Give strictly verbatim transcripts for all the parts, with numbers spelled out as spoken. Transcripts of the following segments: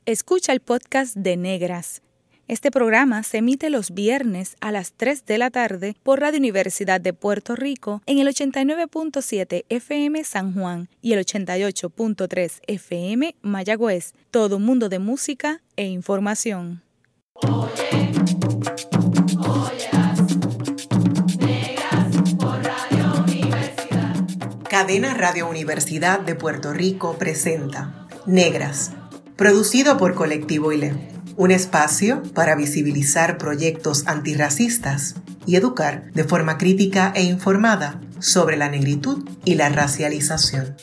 Escucha el podcast de Negras. Este programa se emite los viernes a las tres de la tarde por Radio Universidad de Puerto Rico en el ochenta y nueve punto siete F M San Juan y el ochenta y ocho punto tres F M Mayagüez. Todo un mundo de música e información. Oye, oyeas, Negras por Radio Universidad. Cadena Radio Universidad de Puerto Rico presenta Negras, producido por Colectivo I L E, un espacio para visibilizar proyectos antirracistas y educar de forma crítica e informada sobre la negritud y la racialización.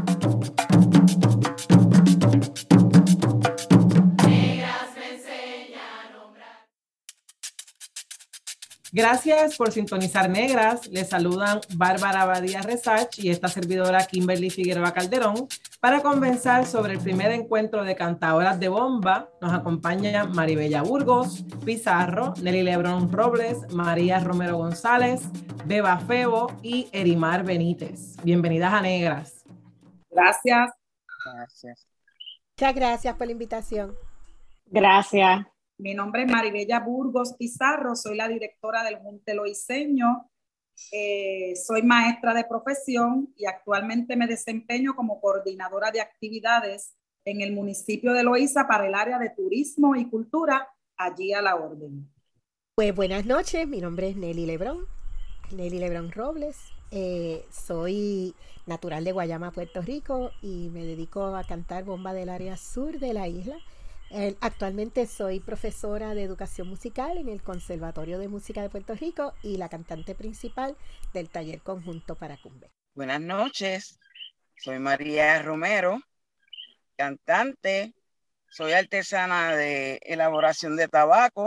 Gracias por sintonizar Negras. Les saludan Bárbara Badía Resach y esta servidora Kimberly Figueroa Calderón para conversar sobre el primer encuentro de cantadoras de bomba. Nos acompaña Maribella Burgos Pizarro, Nelly Lebrón Robles, María Romero González, Beba Febo y Erimar Benítez. Bienvenidas a Negras. Gracias. Gracias. Muchas gracias por la invitación. Gracias. Mi nombre es Maribella Burgos Pizarro, soy la directora del Junte Loiseño, eh, soy maestra de profesión y actualmente me desempeño como coordinadora de actividades en el municipio de Loíza para el área de turismo y cultura, allí a la orden. Pues buenas noches, mi nombre es Nelly Lebrón, Nelly Lebrón Robles, eh, soy natural de Guayama, Puerto Rico y me dedico a cantar bomba del área sur de la isla. Actualmente soy profesora de educación musical en el Conservatorio de Música de Puerto Rico y la cantante principal del taller conjunto para Cumbe. Buenas noches, soy María Romero, cantante, soy artesana de elaboración de tabaco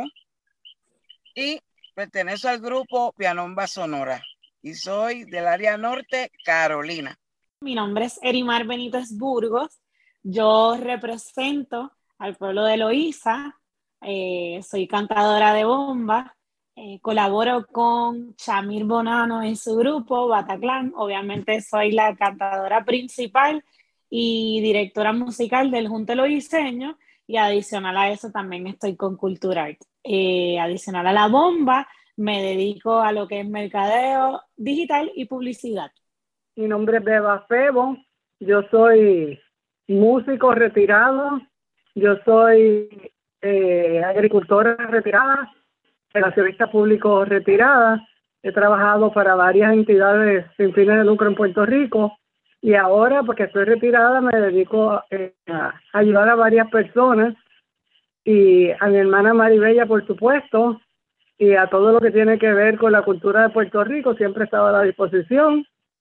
y pertenezco al grupo Pianomba Sonora y soy del área norte, Carolina. Mi nombre es Erimar Benítez Burgos, yo represento al pueblo de Loíza, eh, soy cantadora de bomba, eh, colaboro con Chamir Bonano en su grupo, Bataclan, obviamente soy la cantadora principal y directora musical del Junte Loiseño, y adicional a eso también estoy con Culturart. Eh, adicional a la bomba, me dedico a lo que es mercadeo digital y publicidad. Mi nombre es Beba Febo, yo soy músico retirado. Yo soy eh, agricultora retirada, relacionista público retirada. He trabajado para varias entidades sin fines de lucro en Puerto Rico y ahora, porque estoy retirada, me dedico eh, a ayudar a varias personas y a mi hermana Maribella, por supuesto, y a todo lo que tiene que ver con la cultura de Puerto Rico. Siempre he estado a la disposición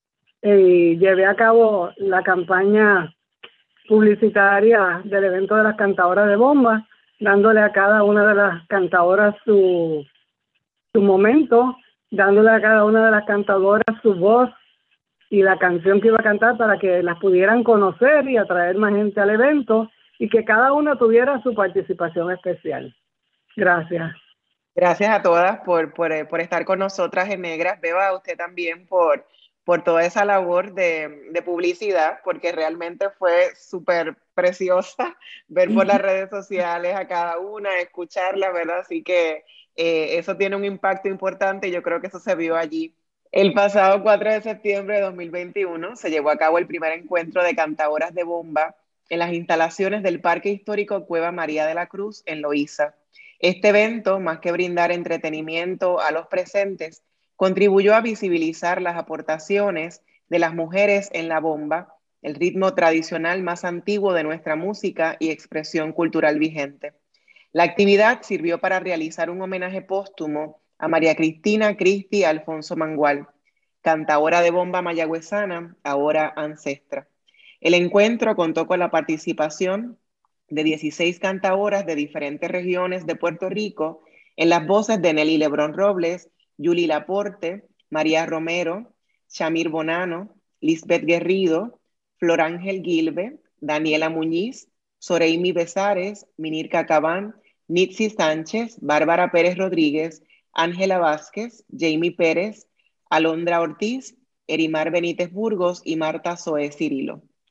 y llevé a cabo la campaña publicitaria del evento de las cantadoras de bomba, dándole a cada una de las cantadoras su, su momento, dándole a cada una de las cantadoras su voz y la canción que iba a cantar para que las pudieran conocer y atraer más gente al evento y que cada una tuviera su participación especial. Gracias. Gracias a todas por, por, por estar con nosotras en Negras. Beba, a usted también por... por toda esa labor de, de publicidad, porque realmente fue súper preciosa ver por las redes sociales a cada una, escucharla, ¿verdad? Así que eh, eso tiene un impacto importante y yo creo que eso se vio allí. El pasado cuatro de septiembre de dos mil veintiuno se llevó a cabo el primer encuentro de cantadoras de bomba en las instalaciones del Parque Histórico Cueva María de la Cruz en Loíza. Este evento, más que brindar entretenimiento a los presentes, contribuyó a visibilizar las aportaciones de las mujeres en la bomba, el ritmo tradicional más antiguo de nuestra música y expresión cultural vigente. La actividad sirvió para realizar un homenaje póstumo a María Cristina Cristi Alfonso Mangual, cantadora de bomba mayagüezana, ahora ancestra. El encuentro contó con la participación de dieciséis cantadoras de diferentes regiones de Puerto Rico en las voces de Nelly Lebrón Robles, Yuli Laporte, María Romero, Chamir Bonano, Lisbeth Guerrido, Flor Ángel Gilbe, Daniela Muñiz, Soreimi Besares, Minirka Cabán, Nitsi Sánchez, Bárbara Pérez Rodríguez, Ángela Vázquez, Jamie Pérez, Alondra Ortiz, Erimar Benítez Burgos y Marta Zoé Cirilo.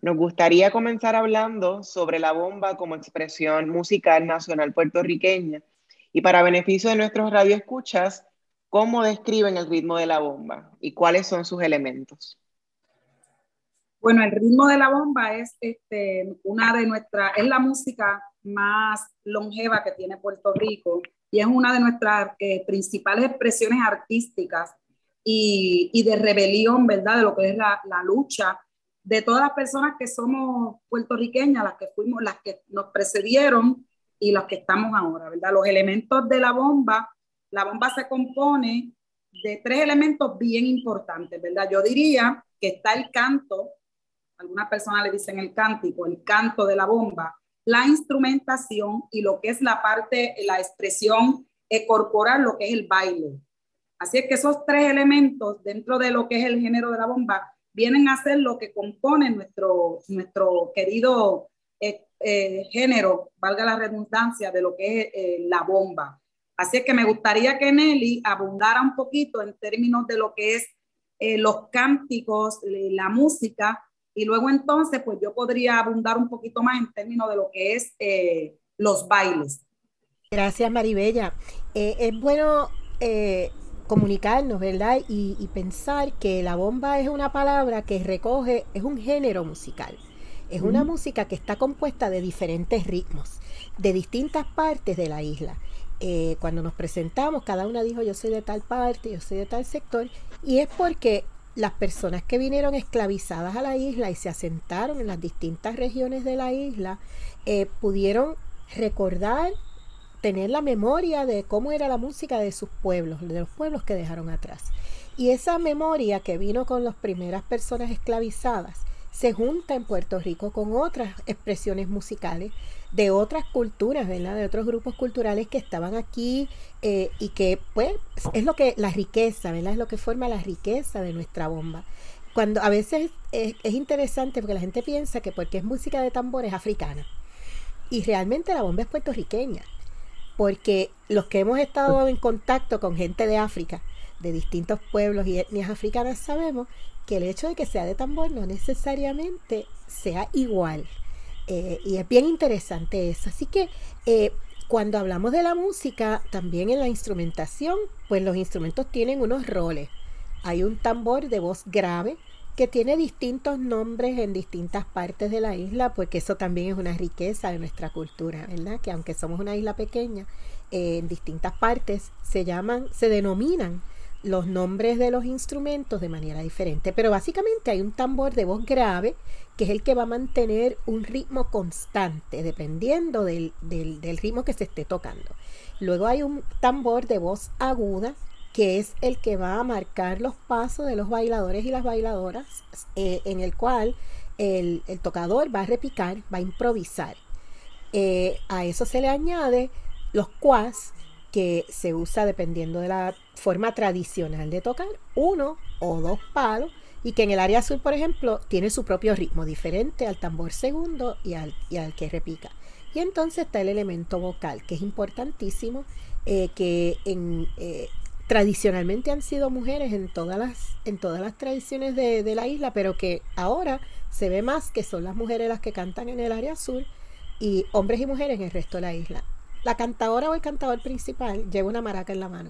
Nos gustaría comenzar hablando sobre la bomba como expresión musical nacional puertorriqueña y para beneficio de nuestros radioescuchas, ¿cómo describen el ritmo de la bomba y cuáles son sus elementos? Bueno, el ritmo de la bomba es este, una de nuestras, es la música más longeva que tiene Puerto Rico y es una de nuestras eh, principales expresiones artísticas y, y de rebelión, ¿verdad? De lo que es la, la lucha de todas las personas que somos puertorriqueñas, las que fuimos, las que nos precedieron y las que estamos ahora, ¿verdad? Los elementos de la bomba, la bomba se compone de tres elementos bien importantes, ¿verdad? Yo diría que está el canto, algunas personas le dicen el cántico, el canto de la bomba, la instrumentación y lo que es la parte, la expresión eh, corporal, lo que es el baile. Así es que esos tres elementos dentro de lo que es el género de la bomba vienen a ser lo que compone nuestro, nuestro querido eh, eh, género, valga la redundancia, de lo que es eh, la bomba. Así es que me gustaría que Nelly abundara un poquito en términos de lo que es eh, los cánticos, la música, y luego entonces pues yo podría abundar un poquito más en términos de lo que es eh, los bailes. Gracias, Maribella. Eh, es bueno eh, comunicarnos, ¿verdad? Y, y pensar que la bomba es una palabra que recoge, es un género musical. Es mm. una música que está compuesta de diferentes ritmos, de distintas partes de la isla. Eh, cuando nos presentamos, cada una dijo yo soy de tal parte, yo soy de tal sector, y es porque las personas que vinieron esclavizadas a la isla y se asentaron en las distintas regiones de la isla, eh, pudieron recordar, tener la memoria de cómo era la música de sus pueblos, de los pueblos que dejaron atrás. Y esa memoria que vino con las primeras personas esclavizadas se junta en Puerto Rico con otras expresiones musicales de otras culturas, ¿verdad? De otros grupos culturales que estaban aquí eh, y que pues es lo que la riqueza, ¿verdad? Es lo que forma la riqueza de nuestra bomba. Cuando a veces es, es interesante porque la gente piensa que porque es música de tambor es africana y realmente la bomba es puertorriqueña, porque los que hemos estado en contacto con gente de África, de distintos pueblos y etnias africanas, sabemos que el hecho de que sea de tambor no necesariamente sea igual. Eh, y es bien interesante eso. Así que eh, cuando hablamos de la música, también en la instrumentación, pues los instrumentos tienen unos roles. Hay un tambor de voz grave que tiene distintos nombres en distintas partes de la isla, porque eso también es una riqueza de nuestra cultura, ¿verdad? Que aunque somos una isla pequeña, eh, en distintas partes se llaman, se denominan los nombres de los instrumentos de manera diferente, pero básicamente hay un tambor de voz grave que es el que va a mantener un ritmo constante dependiendo del, del, del ritmo que se esté tocando. Luego hay un tambor de voz aguda que es el que va a marcar los pasos de los bailadores y las bailadoras, eh, en el cual el, el tocador va a repicar, va a improvisar. Eh, a eso se le añade los cuas, que se usa dependiendo de la forma tradicional de tocar, uno o dos palos, y que en el área sur, por ejemplo, tiene su propio ritmo diferente al tambor segundo y al, y al que repica. Y entonces está el elemento vocal, que es importantísimo, eh, que en, eh, tradicionalmente han sido mujeres en todas las, en todas las tradiciones de, de la isla, pero que ahora se ve más que son las mujeres las que cantan en el área sur y hombres y mujeres en el resto de la isla. La cantadora o el cantador principal lleva una maraca en la mano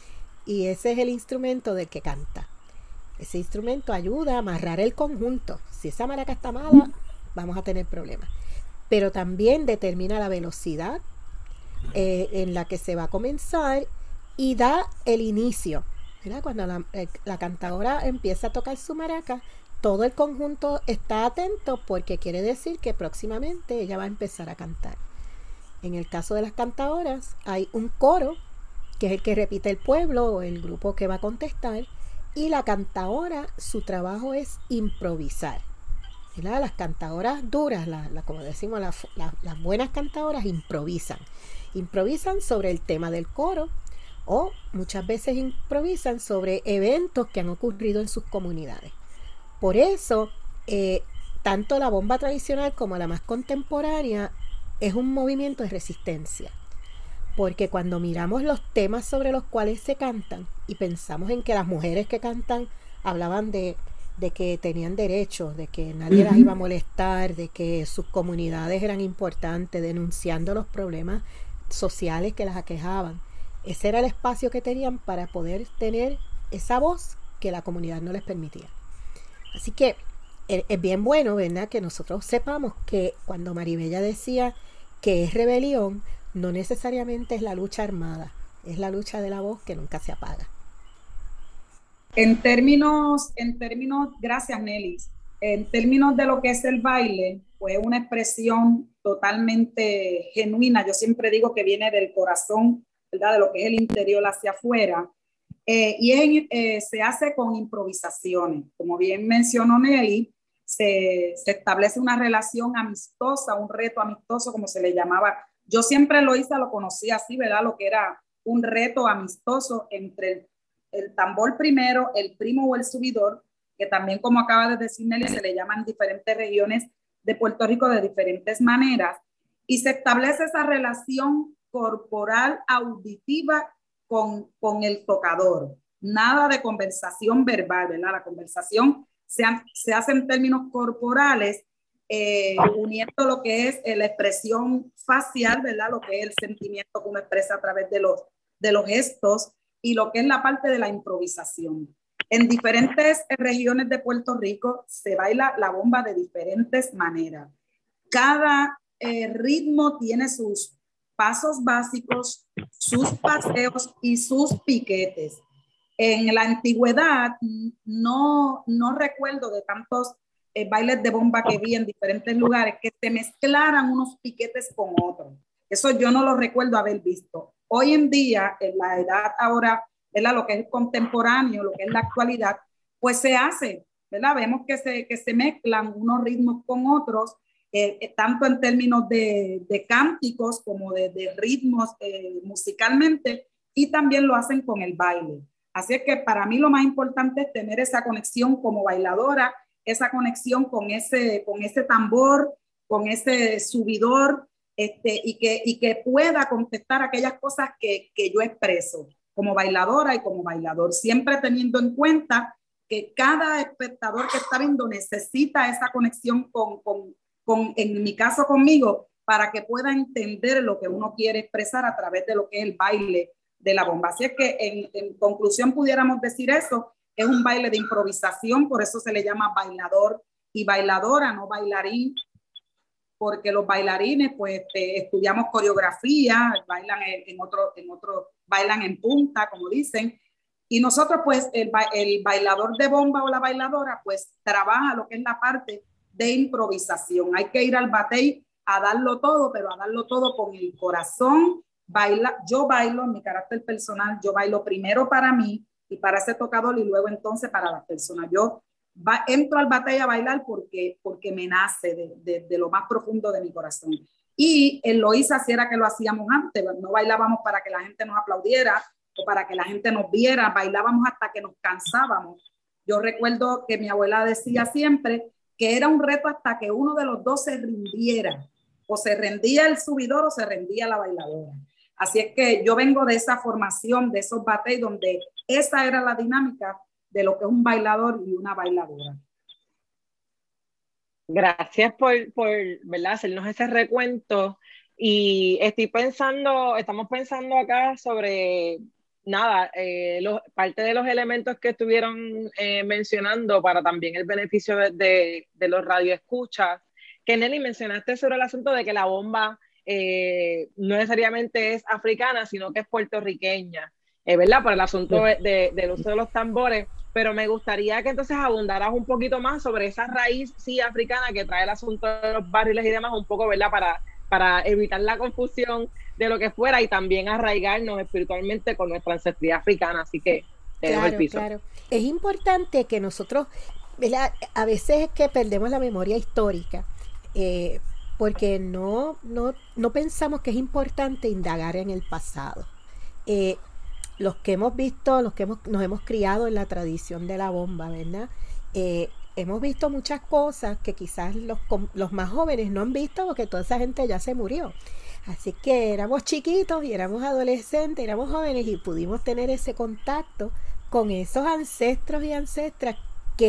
y ese es el instrumento del que canta. Ese instrumento ayuda a amarrar el conjunto. Si esa maraca está mala, vamos a tener problemas. Pero también determina la velocidad eh, en la que se va a comenzar y da el inicio. Mira, cuando la, eh, la cantadora empieza a tocar su maraca, todo el conjunto está atento porque quiere decir que próximamente ella va a empezar a cantar. En el caso de las cantadoras, hay un coro, que es el que repite el pueblo o el grupo que va a contestar, y la cantadora, su trabajo es improvisar. ¿Verdad? Las cantadoras duras, la, la, como decimos, la, la, las buenas cantadoras improvisan. Improvisan sobre el tema del coro o muchas veces improvisan sobre eventos que han ocurrido en sus comunidades. Por eso, eh, tanto la bomba tradicional como la más contemporánea es un movimiento de resistencia, porque cuando miramos los temas sobre los cuales se cantan y pensamos en que las mujeres que cantan hablaban de, de que tenían derechos, de que nadie las iba a molestar, de que sus comunidades eran importantes, denunciando los problemas sociales que las aquejaban. Ese era el espacio que tenían para poder tener esa voz que la comunidad no les permitía. Así que es, es bien bueno, ¿verdad?, que nosotros sepamos que cuando Maribella decía que es rebelión, no necesariamente es la lucha armada, es la lucha de la voz que nunca se apaga. En términos, en términos, gracias Nelly, en términos de lo que es el baile, pues una expresión totalmente genuina, yo siempre digo que viene del corazón, ¿verdad?, de lo que es el interior hacia afuera, eh, y es, eh, se hace con improvisaciones, como bien mencionó Nelly, se, se establece una relación amistosa, un reto amistoso, como se le llamaba. Yo siempre lo hice, lo conocía así, ¿verdad?, lo que era un reto amistoso entre el el tambor primero, el primo o el subidor, que también, como acaba de decir Nelly, se le llaman diferentes regiones de Puerto Rico de diferentes maneras, y se establece esa relación corporal auditiva con, con el tocador. Nada de conversación verbal, ¿verdad? La conversación se, se hace en términos corporales, eh, uniendo lo que es la expresión facial, ¿verdad? Lo que es el sentimiento que uno expresa a través de los, de los gestos, y lo que es la parte de la improvisación. En diferentes regiones de Puerto Rico se baila la bomba de diferentes maneras. Cada eh, ritmo tiene sus pasos básicos, sus paseos y sus piquetes. En la antigüedad no, no recuerdo de tantos eh, bailes de bomba que vi en diferentes lugares que se mezclaran unos piquetes con otros. Eso yo no lo recuerdo haber visto. Hoy en día, en la edad ahora, ¿verdad?, lo que es contemporáneo, lo que es la actualidad, pues se hace, ¿verdad? Vemos que se, que se mezclan unos ritmos con otros, eh, tanto en términos de, de cánticos como de, de ritmos eh, musicalmente, y también lo hacen con el baile. Así es que para mí lo más importante es tener esa conexión como bailadora, esa conexión con ese, con ese tambor, con ese subidor, Este, y, que, y que pueda contestar aquellas cosas que, que yo expreso como bailadora y como bailador, siempre teniendo en cuenta que cada espectador que está viendo necesita esa conexión con, con, con, en mi caso conmigo, para que pueda entender lo que uno quiere expresar a través de lo que es el baile de la bomba. Así es que en, en conclusión pudiéramos decir eso, es un baile de improvisación, por eso se le llama bailador y bailadora, no bailarín, porque los bailarines, pues, este, estudiamos coreografía, bailan en, en otro, en otro, bailan en punta, como dicen, y nosotros, pues, el, el bailador de bomba o la bailadora, pues, trabaja lo que es la parte de improvisación. Hay que ir al batey a darlo todo, pero a darlo todo con el corazón. Baila, yo bailo en mi carácter personal, yo bailo primero para mí y para ese tocador, y luego entonces para las personas. Yo Va, entro al batalla a bailar porque, porque me nace de, de, de lo más profundo de mi corazón. Y en Loíza sí era que lo hacíamos antes, no bailábamos para que la gente nos aplaudiera o para que la gente nos viera, bailábamos hasta que nos cansábamos. Yo recuerdo que mi abuela decía siempre que era un reto hasta que uno de los dos se rindiera, o se rendía el subidor o se rendía la bailadora. Así es que yo vengo de esa formación, de esos batalles donde esa era la dinámica de lo que es un bailador y una bailadora. Gracias por, por ¿verdad?, hacernos ese recuento. Y estoy pensando, estamos pensando acá sobre, nada, eh, los, parte de los elementos que estuvieron eh, mencionando para también el beneficio de, de, de los radioescuchas. Que Nelly, mencionaste sobre el asunto de que la bomba eh, no necesariamente es africana, sino que es puertorriqueña, eh, ¿verdad? Por el asunto de, de, del uso de los tambores. Pero me gustaría que entonces abundaras un poquito más sobre esa raíz, sí, africana, que trae el asunto de los barriles y demás, un poco, ¿verdad?, para, para evitar la confusión de lo que fuera y también arraigarnos espiritualmente con nuestra ancestría africana. Así que te claro, dejo el piso. Claro. Es importante que nosotros, ¿verdad?, a veces es que perdemos la memoria histórica, eh, porque no, no, no pensamos que es importante indagar en el pasado. Eh, los que hemos visto, los que hemos, nos hemos criado en la tradición de la bomba, ¿verdad? Eh, hemos visto muchas cosas que quizás los, los más jóvenes no han visto porque toda esa gente ya se murió. Así que éramos chiquitos y éramos adolescentes, éramos jóvenes y pudimos tener ese contacto con esos ancestros y ancestras que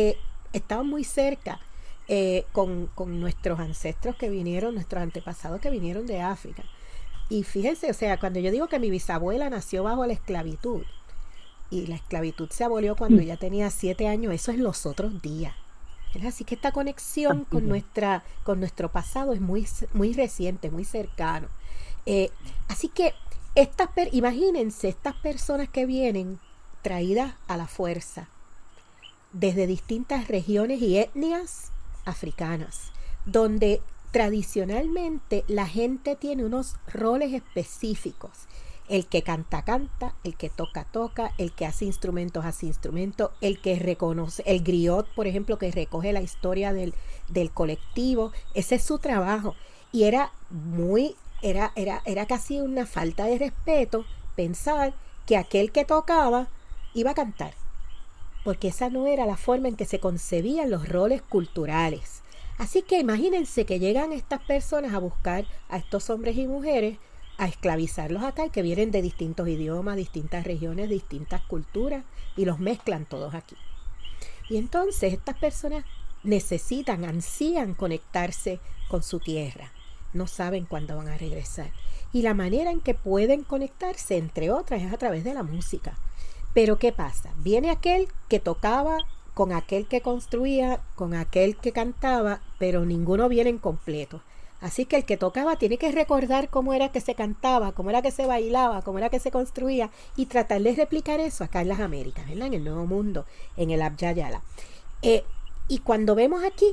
estaban muy cerca eh, con, con nuestros ancestros que vinieron, nuestros antepasados que vinieron de África. Y fíjense, o sea, cuando yo digo que mi bisabuela nació bajo la esclavitud, y la esclavitud se abolió cuando ella tenía siete años, eso es los otros días. ¿Verdad? Así que esta conexión con, nuestra, con nuestro pasado es muy, muy reciente, muy cercano. Eh, así que estas per- imagínense estas personas que vienen traídas a la fuerza desde distintas regiones y etnias africanas, donde tradicionalmente la gente tiene unos roles específicos. El que canta, canta, el que toca, toca, el que hace instrumentos, hace instrumentos, el que reconoce, el griot, por ejemplo, que recoge la historia del, del colectivo, ese es su trabajo. Y era muy, era, era, era casi una falta de respeto pensar que aquel que tocaba iba a cantar, porque esa no era la forma en que se concebían los roles culturales. Así que imagínense que llegan estas personas a buscar a estos hombres y mujeres, a esclavizarlos acá, y que vienen de distintos idiomas, distintas regiones, distintas culturas, y los mezclan todos aquí. Y entonces estas personas necesitan, ansían conectarse con su tierra, no saben cuándo van a regresar. Y la manera en que pueden conectarse, entre otras, es a través de la música. Pero ¿qué pasa? Viene aquel que tocaba con aquel que construía, con aquel que cantaba, pero ninguno viene en completo. Así que el que tocaba tiene que recordar cómo era que se cantaba, cómo era que se bailaba, cómo era que se construía, y tratar de replicar eso acá en las Américas, ¿verdad? En el Nuevo Mundo, en el Abya Yala. Eh, y cuando vemos aquí,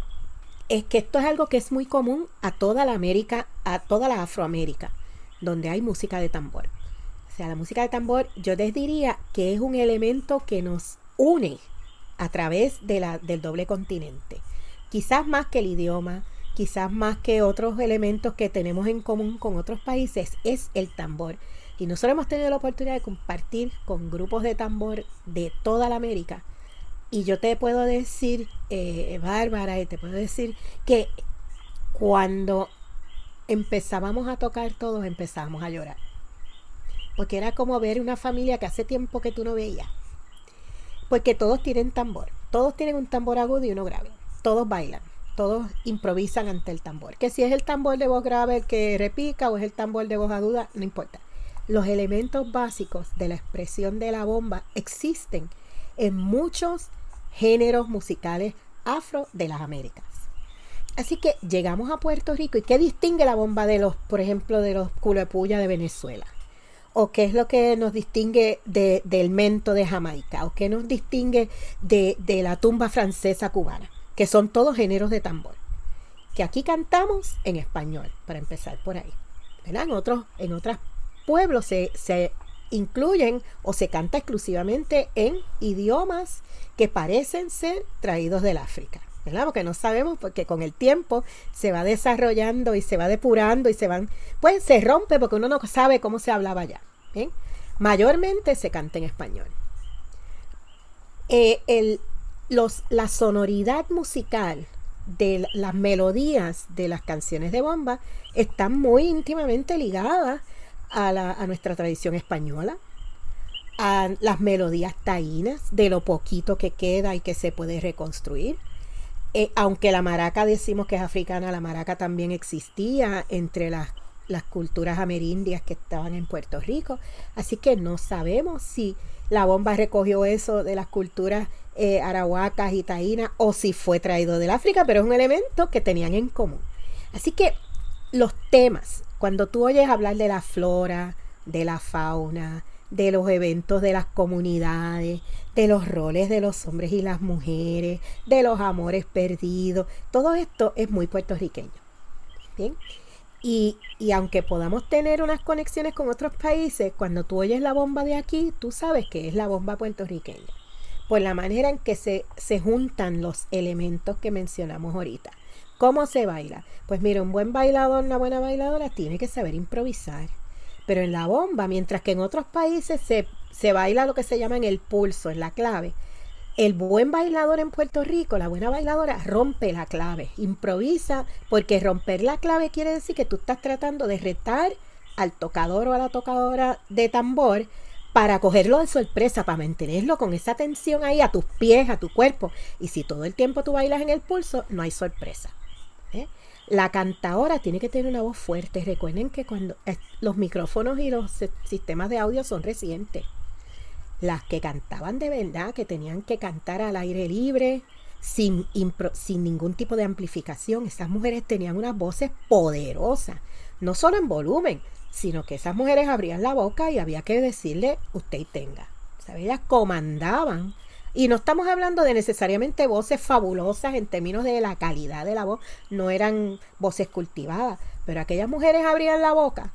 es que esto es algo que es muy común a toda la América, a toda la Afroamérica, donde hay música de tambor. O sea, la música de tambor, yo les diría que es un elemento que nos une a través de la, del doble continente. Quizás más que el idioma, quizás más que otros elementos que tenemos en común con otros países, es el tambor. Y nosotros hemos tenido la oportunidad de compartir con grupos de tambor de toda la América. Y yo te puedo decir, eh, Bárbara, y te puedo decir que cuando empezábamos a tocar todos, empezábamos a llorar. Porque era como ver una familia que hace tiempo que tú no veías. Porque todos tienen tambor. Todos tienen un tambor agudo y uno grave. Todos bailan. Todos improvisan ante el tambor. Que si es el tambor de voz grave el que repica o es el tambor de voz aguda, no importa. Los elementos básicos de la expresión de la bomba existen en muchos géneros musicales afro de las Américas. Así que llegamos a Puerto Rico, y ¿qué distingue la bomba de los, por ejemplo, de los culepuya de Venezuela? ¿O qué es lo que nos distingue de, del mento de Jamaica? ¿O qué nos distingue de, de la tumba francesa cubana? Que son todos géneros de tambor. Que aquí cantamos en español, para empezar por ahí. ¿Verdad? En otros, en otros pueblos se, se incluyen o se canta exclusivamente en idiomas que parecen ser traídos del África. ¿Verdad? Porque no sabemos, porque con el tiempo se va desarrollando y se va depurando y se van, pues se rompe porque uno no sabe cómo se hablaba allá. ¿Bien? Mayormente se canta en español. Eh, el, los, la sonoridad musical de las melodías de las canciones de bomba están muy íntimamente ligadas a, la, a nuestra tradición española, a las melodías taínas, de lo poquito que queda y que se puede reconstruir. Eh, aunque la maraca decimos que es africana, la maraca también existía entre las, las culturas amerindias que estaban en Puerto Rico. Así que no sabemos si la bomba recogió eso de las culturas eh, arahuacas y taínas o si fue traído del África, pero es un elemento que tenían en común. Así que los temas, cuando tú oyes hablar de la flora, de la fauna, de los eventos de las comunidades, de los roles de los hombres y las mujeres, de los amores perdidos, todo esto es muy puertorriqueño. ¿Bien? Y, y aunque podamos tener unas conexiones con otros países, cuando tú oyes la bomba de aquí, tú sabes que es la bomba puertorriqueña, por la manera en que se, se juntan los elementos que mencionamos ahorita. ¿Cómo se baila? Pues mira, un buen bailador, una buena bailadora tiene que saber improvisar. Pero en la bomba, mientras que en otros países se, se baila lo que se llama en el pulso, en la clave, el buen bailador en Puerto Rico, la buena bailadora, rompe la clave, improvisa, porque romper la clave quiere decir que tú estás tratando de retar al tocador o a la tocadora de tambor para cogerlo de sorpresa, para mantenerlo con esa tensión ahí a tus pies, a tu cuerpo. Y si todo el tiempo tú bailas en el pulso, no hay sorpresa. ¿eh? La cantadora tiene que tener una voz fuerte. Recuerden que cuando eh, los micrófonos y los sistemas de audio son recientes. Las que cantaban de verdad, que tenían que cantar al aire libre, sin, impro, sin ningún tipo de amplificación, esas mujeres tenían unas voces poderosas, no solo en volumen, sino que esas mujeres abrían la boca y había que decirle usted y tenga. O sea, ellas comandaban. Y no estamos hablando de necesariamente voces fabulosas en términos de la calidad de la voz, no eran voces cultivadas, pero aquellas mujeres abrían la boca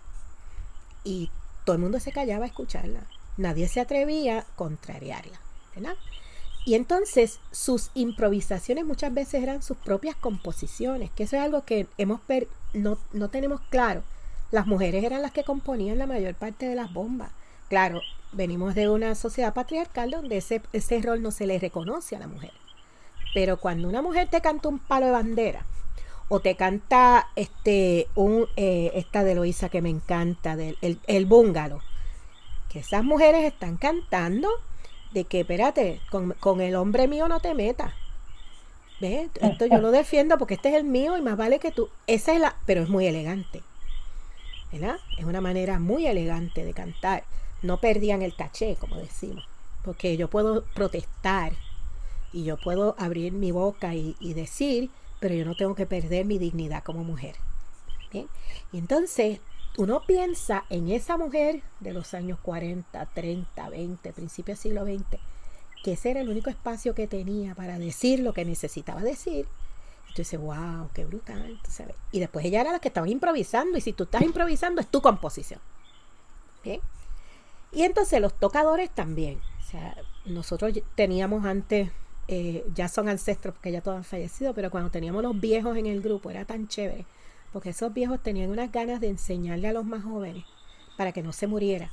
y todo el mundo se callaba a escucharla. Nadie se atrevía a contrariarla, ¿verdad? Y entonces sus improvisaciones muchas veces eran sus propias composiciones, que eso es algo que hemos per- no, no tenemos claro. Las mujeres eran las que componían la mayor parte de las bombas. Claro, venimos de una sociedad patriarcal donde ese, ese rol no se le reconoce a la mujer. Pero cuando una mujer te canta un palo de bandera, o te canta este un eh, esta de Eloísa que me encanta, del, el, el búngalo, que esas mujeres están cantando de que, espérate, con, con el hombre mío no te metas. ¿Ves? Esto yo lo defiendo porque este es el mío y más vale que tú. Esa es la, pero es muy elegante. ¿Verdad? Es una manera muy elegante de cantar. No perdían el caché, como decimos, porque yo puedo protestar y yo puedo abrir mi boca y, y decir, pero yo no tengo que perder mi dignidad como mujer. ¿Bien? Y entonces uno piensa en esa mujer de los años cuarenta, treinta, veinte, principios del siglo veinte, que ese era el único espacio que tenía para decir lo que necesitaba decir. Entonces, wow, qué brutal, ¿tú sabes? Y después ella era la que estaba improvisando, y si tú estás improvisando es tu composición. ¿Bien? Y entonces los tocadores también. O sea, nosotros teníamos antes, eh, ya son ancestros porque ya todos han fallecido, pero cuando teníamos los viejos en el grupo era tan chévere, porque esos viejos tenían unas ganas de enseñarle a los más jóvenes para que no se muriera.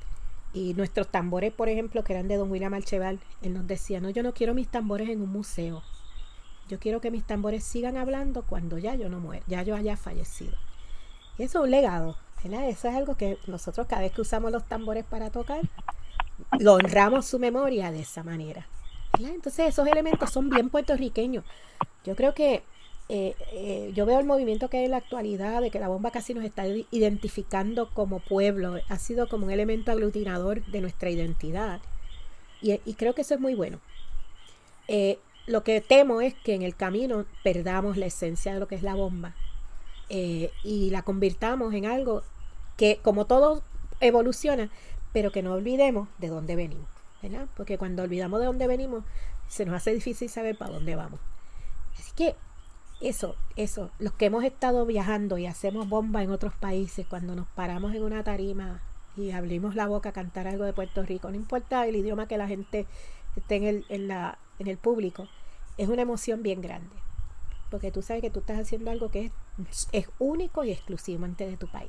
Y nuestros tambores, por ejemplo, que eran de don William Archeval, él nos decía, no, yo no quiero mis tambores en un museo. Yo quiero que mis tambores sigan hablando cuando ya yo no muera, ya yo haya fallecido. Y eso es un legado, ¿verdad? Eso es algo que nosotros cada vez que usamos los tambores para tocar, lo honramos su memoria de esa manera, ¿verdad? Entonces esos elementos son bien puertorriqueños. Yo creo que eh, eh, yo veo el movimiento que hay en la actualidad de que la bomba casi nos está identificando como pueblo. Ha sido como un elemento aglutinador de nuestra identidad. Y, y creo que eso es muy bueno. Eh, Lo que temo es que en el camino perdamos la esencia de lo que es la bomba eh, y la convirtamos en algo que, como todo evoluciona, pero que no olvidemos de dónde venimos, ¿verdad? Porque cuando olvidamos de dónde venimos, se nos hace difícil saber para dónde vamos. Así que eso, eso, los que hemos estado viajando y hacemos bomba en otros países, cuando nos paramos en una tarima y abrimos la boca a cantar algo de Puerto Rico, no importa el idioma que la gente esté en el, en la, en el público, es una emoción bien grande, porque tú sabes que tú estás haciendo algo que es, es único y exclusivamente de tu país.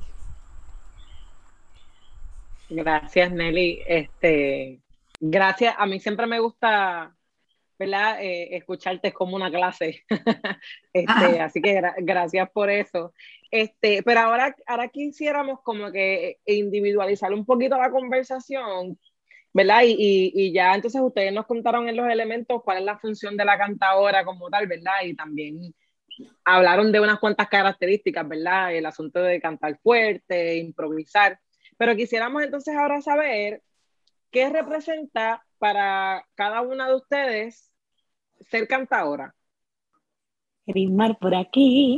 Gracias, Nelly. Este, gracias. A mí siempre me gusta, ¿verdad? Eh, escucharte es como una clase. este, así que gra- gracias por eso. Este, pero ahora, ahora quisiéramos como que individualizar un poquito la conversación, ¿verdad? Y, y, y ya entonces ustedes nos contaron en los elementos cuál es la función de la cantadora como tal, ¿verdad? Y también hablaron de unas cuantas características, ¿verdad? El asunto de cantar fuerte, improvisar. Pero quisiéramos entonces ahora saber qué representa para cada una de ustedes ser cantadora. Erismar por aquí.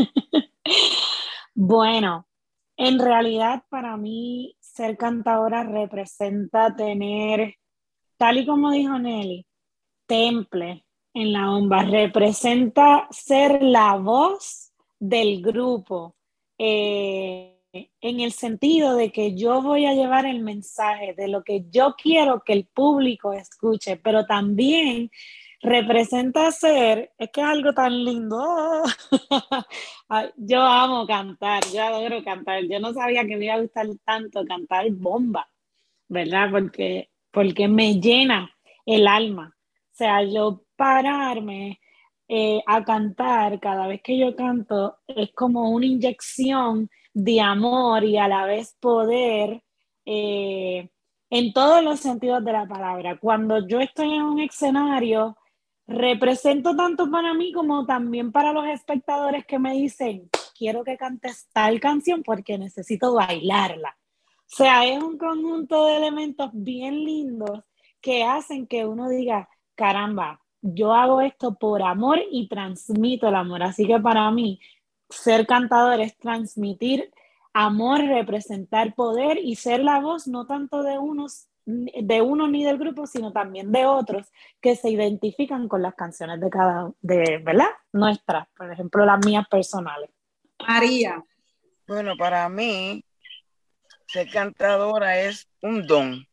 Bueno, en realidad para mí ser cantadora representa tener, tal y como dijo Nelly, temple en la bomba, representa ser la voz del grupo, eh, en el sentido de que yo voy a llevar el mensaje de lo que yo quiero que el público escuche, pero también representa ser, es que es algo tan lindo. Yo amo cantar, yo adoro cantar, yo no sabía que me iba a gustar tanto cantar bomba, ¿verdad? Porque, porque me llena el alma. O sea, yo pararme eh, a cantar, cada vez que yo canto, es como una inyección de amor y a la vez poder eh, en todos los sentidos de la palabra. Cuando yo estoy en un escenario, represento tanto para mí como también para los espectadores que me dicen, quiero que cantes tal canción porque necesito bailarla. O sea, es un conjunto de elementos bien lindos que hacen que uno diga, caramba, yo hago esto por amor y transmito el amor. Así que para mí, ser cantador es transmitir amor, representar poder y ser la voz no tanto de unos, de uno ni del grupo, sino también de otros que se identifican con las canciones de cada, de, ¿verdad? Nuestras, por ejemplo, las mías personales. María. Bueno, para mí, ser cantadora es un don.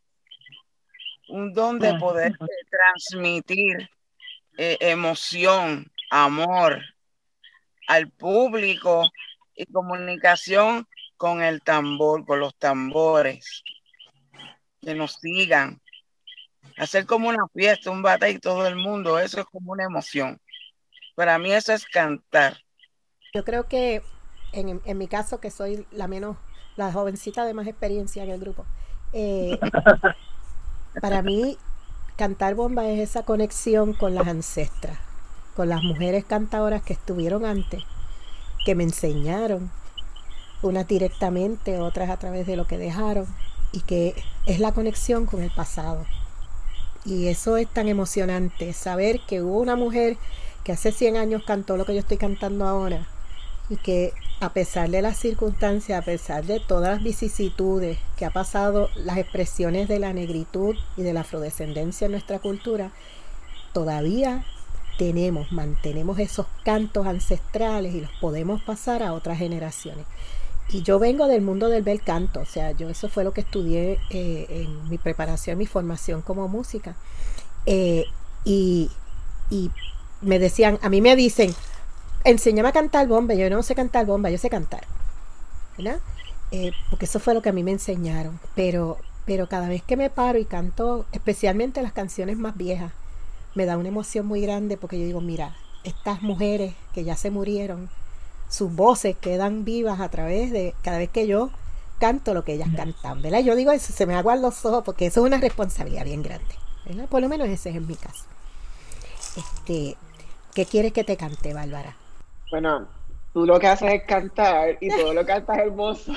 Un don de poder eh, transmitir eh, emoción, amor al público y comunicación con el tambor, con los tambores. Que nos sigan. Hacer como una fiesta, un bata y todo el mundo, eso es como una emoción. Para mí eso es cantar. Yo creo que en, en mi caso, que soy la menos, la jovencita de más experiencia en el grupo, eh, para mí cantar bomba es esa conexión con las ancestras, con las mujeres cantadoras que estuvieron antes, que me enseñaron, unas directamente, otras a través de lo que dejaron, y que es la conexión con el pasado. Y eso es tan emocionante, saber que hubo una mujer que hace cien años cantó lo que yo estoy cantando ahora, y que a pesar de las circunstancias, a pesar de todas las vicisitudes que ha pasado, las expresiones de la negritud y de la afrodescendencia en nuestra cultura, todavía tenemos, mantenemos esos cantos ancestrales y los podemos pasar a otras generaciones. Y yo vengo del mundo del bel canto, o sea, yo eso fue lo que estudié eh, en mi preparación, mi formación como música. Eh, y, y me decían, a mí me dicen, enséñame a cantar bomba. Yo no sé cantar bomba, yo sé cantar, ¿verdad? Eh, porque eso fue lo que a mí me enseñaron. Pero, pero cada vez que me paro y canto, especialmente las canciones más viejas, me da una emoción muy grande porque yo digo, mira, estas mujeres que ya se murieron, sus voces quedan vivas a través de cada vez que yo canto lo que ellas cantan, ¿verdad? Yo digo eso, se me aguan los ojos porque eso es una responsabilidad bien grande, ¿verdad? Por lo menos ese es en mi caso. Este, ¿qué quieres que te cante, Bárbara? Bueno, tú lo que haces es cantar y todo lo cantas hermoso.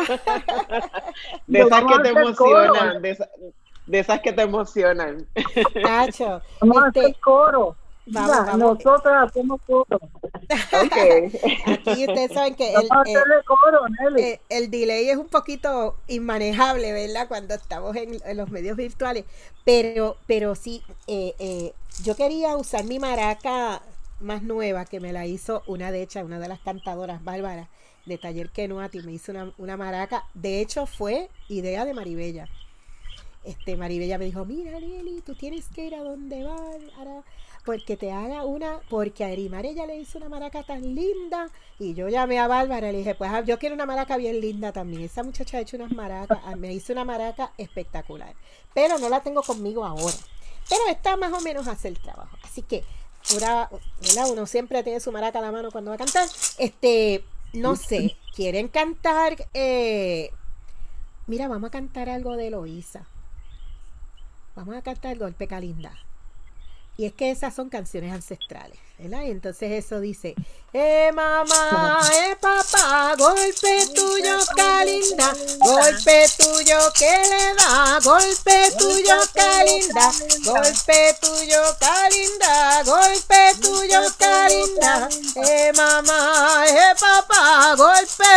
De esas que te emocionan, de, esa, de esas que te emocionan. Nacho, vamos este, a hacer coro. Vamos, Mira, vamos. Nosotras hacemos coro. Okay. Aquí ustedes saben que el, Vamos a hacerle coro, Nelly. el, el delay es un poquito inmanejable, ¿verdad? Cuando estamos en, en los medios virtuales. Pero, pero sí, eh, eh, yo quería usar mi maraca más nueva, que me la hizo una de hecho, una de las cantadoras, Bárbara, de Taller Kenuati, me hizo una, una maraca. De hecho, fue idea de Maribella. Este, Maribella me dijo, mira, Nelly, tú tienes que ir a donde van, ahora, porque te haga una, porque a Erimar ella le hizo una maraca tan linda, y yo llamé a Bárbara y le dije, pues yo quiero una maraca bien linda también. Esa muchacha ha hecho unas maracas, me hizo una maraca espectacular, pero no la tengo conmigo ahora, pero está más o menos a hacer el trabajo, así que una, ¿verdad? Uno siempre tiene su maraca a la mano cuando va a cantar. Este, no sé, quieren cantar, eh, mira, vamos a cantar algo de Eloísa, vamos a cantar Golpe Calinda. Y es que esas son canciones ancestrales, ¿verdad? Y entonces eso dice, eh mamá, eh papá, golpe tuyo, Calinda, golpe tuyo que le da, golpe tuyo, Calinda, golpe tuyo, Calinda, golpe tuyo, Calinda, eh mamá, eh papá, golpe,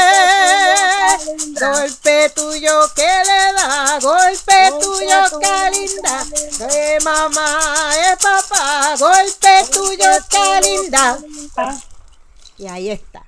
golpe tuyo que le da, golpe tuyo, Calinda, eh mamá, eh papá, golpe tuyo, Calinda. Y ahí está.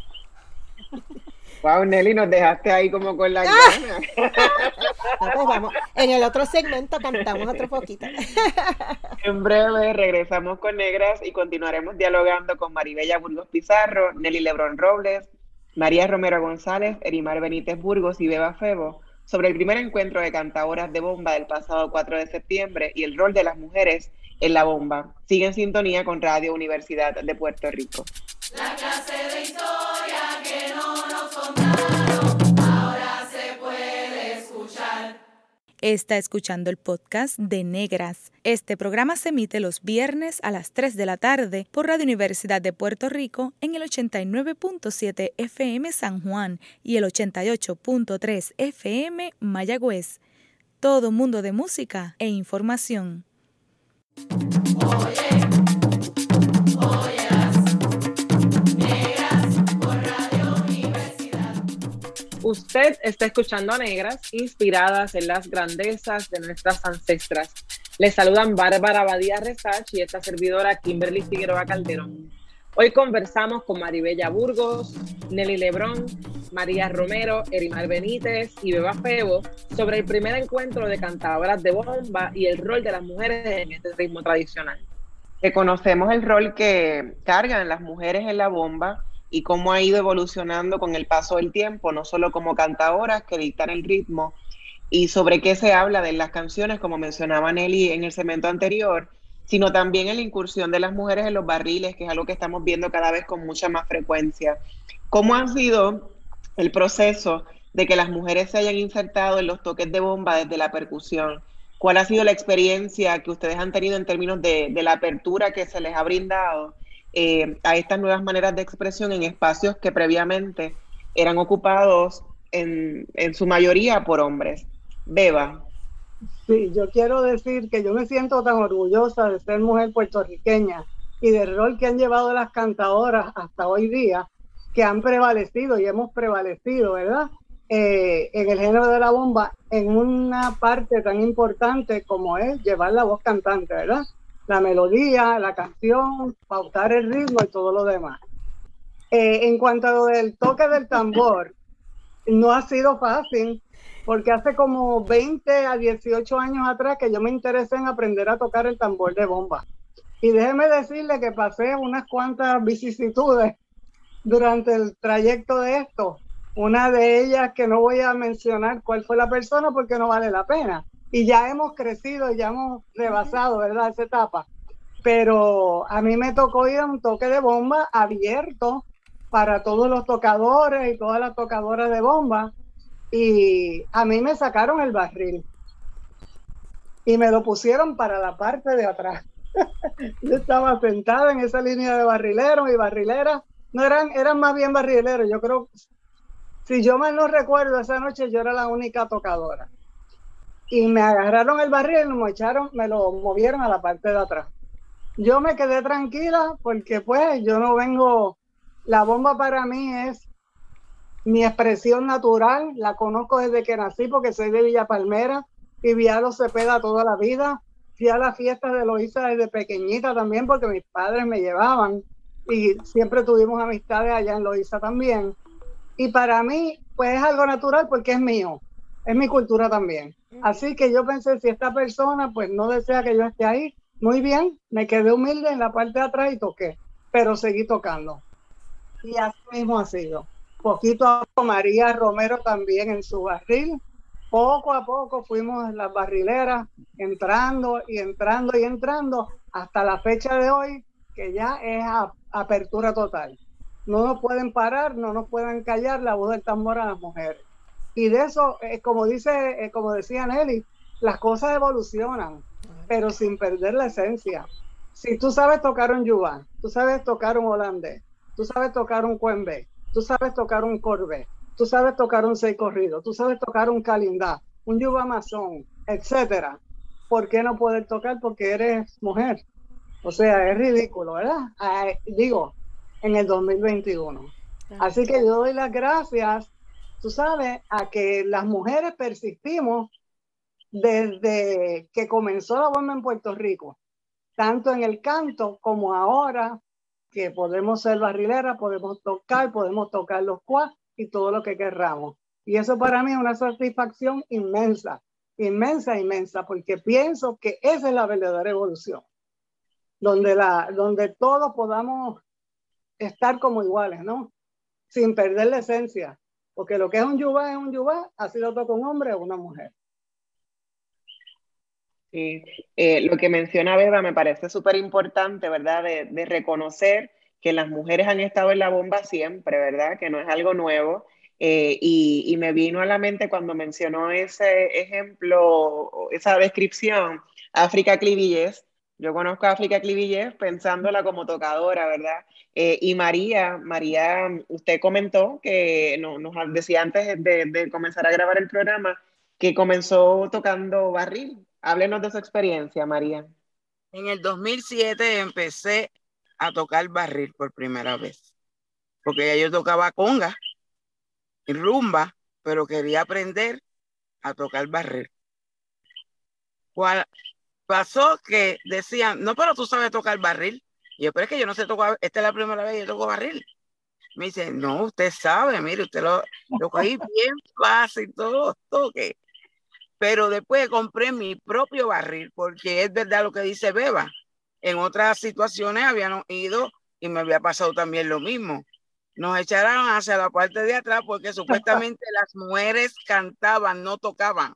Wow, Nelly, nos dejaste ahí como con la gana. No, pues vamos. En el otro segmento cantamos otro poquito. En breve regresamos con Negras y continuaremos dialogando con Maribella Burgos Pizarro, Nelly Lebrón Robles, María Romero González, Erimar Benítez Burgos y Beba Febo sobre el primer encuentro de cantadoras de bomba del pasado cuatro de septiembre y el rol de las mujeres en la bomba. Sigue en sintonía con Radio Universidad de Puerto Rico. La clase de historia que no nos contaron. Está escuchando el podcast de Negras. Este programa se emite los viernes a las tres de la tarde por Radio Universidad de Puerto Rico en el ochenta y nueve punto siete F M San Juan y el ochenta y ocho punto tres F M Mayagüez. Todo mundo de música e información. Oye, oyeras, Negras por Radio Universidad. Usted está escuchando a Negras, inspiradas en las grandezas de nuestras ancestras. Les saludan Bárbara Badía Resach y esta servidora Kimberly Figueroa Calderón. Hoy conversamos con Maribella Burgos, Nelly Lebrón, María Romero, Erimar Benítez y Beba Febo sobre el primer encuentro de cantadoras de bomba y el rol de las mujeres en este ritmo tradicional. Reconocemos el rol que cargan las mujeres en la bomba y cómo ha ido evolucionando con el paso del tiempo, no solo como cantadoras que dictan el ritmo, y sobre qué se habla de las canciones, como mencionaba Nelly en el segmento anterior, sino también en la incursión de las mujeres en los barriles, que es algo que estamos viendo cada vez con mucha más frecuencia. ¿Cómo ha sido el proceso de que las mujeres se hayan insertado en los toques de bomba desde la percusión? ¿Cuál ha sido la experiencia que ustedes han tenido en términos de, de la apertura que se les ha brindado eh, a estas nuevas maneras de expresión en espacios que previamente eran ocupados en, en su mayoría por hombres? Beba. Sí, yo quiero decir que yo me siento tan orgullosa de ser mujer puertorriqueña y del rol que han llevado las cantadoras hasta hoy día, que han prevalecido y hemos prevalecido, ¿verdad? Eh, en el género de la bomba, en una parte tan importante como es llevar la voz cantante, ¿verdad? La melodía, la canción, pautar el ritmo y todo lo demás. Eh, en cuanto a lo del toque del tambor, no ha sido fácil, porque hace como veinte a dieciocho años atrás que yo me interesé en aprender a tocar el tambor de bomba. Y déjeme decirle que pasé unas cuantas vicisitudes durante el trayecto de esto. Una de ellas que no voy a mencionar cuál fue la persona porque no vale la pena. Y ya hemos crecido, ya hemos rebasado, ¿verdad?, esa etapa. Pero a mí me tocó ir a un toque de bomba abierto para todos los tocadores y todas las tocadoras de bomba. Y a mí me sacaron el barril y me lo pusieron para la parte de atrás. Yo estaba sentada en esa línea de barrileros y barrileras. No eran, eran más bien barrileros. Yo creo, si yo mal no recuerdo, esa noche yo era la única tocadora. Y me agarraron el barril y me echaron, me lo movieron a la parte de atrás. Yo me quedé tranquila porque pues yo no vengo, la bomba para mí es mi expresión natural, la conozco desde que nací porque soy de Villa Palmera y vi a los Cepeda toda la vida. Fui a las fiestas de Loíza desde pequeñita también porque mis padres me llevaban y siempre tuvimos amistades allá en Loíza también. Y para mí, pues es algo natural porque es mío, es mi cultura también. Así que yo pensé, si esta persona pues no desea que yo esté ahí, muy bien, me quedé humilde en la parte de atrás y toqué, pero seguí tocando. Y así mismo ha sido. Poquito a poco, María Romero también en su barril. Poco a poco fuimos las barrileras entrando y entrando y entrando hasta la fecha de hoy, que ya es a, apertura total. No nos pueden parar, no nos pueden callar la voz del tambor a las mujeres. Y de eso, eh, como dice, eh, como decía Nelly, las cosas evolucionan, pero sin perder la esencia. Si tú sabes tocar un yubá, tú sabes tocar un holandés, tú sabes tocar un cuembé, tú sabes tocar un corbé, tú sabes tocar un seis corrido, tú sabes tocar un calindá, un yuba mazón, etcétera. ¿Por qué no poder tocar? Porque eres mujer. O sea, es ridículo, ¿verdad? Ah, digo, en el dos mil veintiuno. Así que yo doy las gracias, tú sabes, a que las mujeres persistimos desde que comenzó la bomba en Puerto Rico, tanto en el canto como ahora, que podemos ser barrileras, podemos tocar, podemos tocar los cuas y todo lo que querramos. Y eso para mí es una satisfacción inmensa, inmensa, inmensa, porque pienso que esa es la verdadera evolución, donde, la, donde todos podamos estar como iguales, ¿no? Sin perder la esencia, porque lo que es un yubá es un yubá, así lo toca un hombre o una mujer. Sí, eh, lo que menciona Beba me parece súper importante, ¿verdad? De, de reconocer que las mujeres han estado en la bomba siempre, ¿verdad? Que no es algo nuevo Eh, y, y me vino a la mente cuando mencionó ese ejemplo, esa descripción, África Clivillés. Yo conozco a África Clivillés pensándola como tocadora, ¿verdad? Eh, y María, María, usted comentó que no, nos decía antes de, de comenzar a grabar el programa que comenzó tocando barril. Háblenos de su experiencia, María. En el dos mil siete empecé a tocar barril por primera vez, porque ya yo tocaba conga y rumba, pero quería aprender a tocar barril. ¿Cuál? Pasó que decían, no, pero tú sabes tocar barril. Y yo, pero es que yo no sé tocar, esta es la primera vez que yo toco barril. Me dicen, no, usted sabe, mire, usted lo, lo cogí bien fácil, todos los toques. Pero después compré mi propio barril, porque es verdad lo que dice Beba. En otras situaciones habían ido y me había pasado también lo mismo. Nos echaron hacia la parte de atrás porque supuestamente las mujeres cantaban, no tocaban.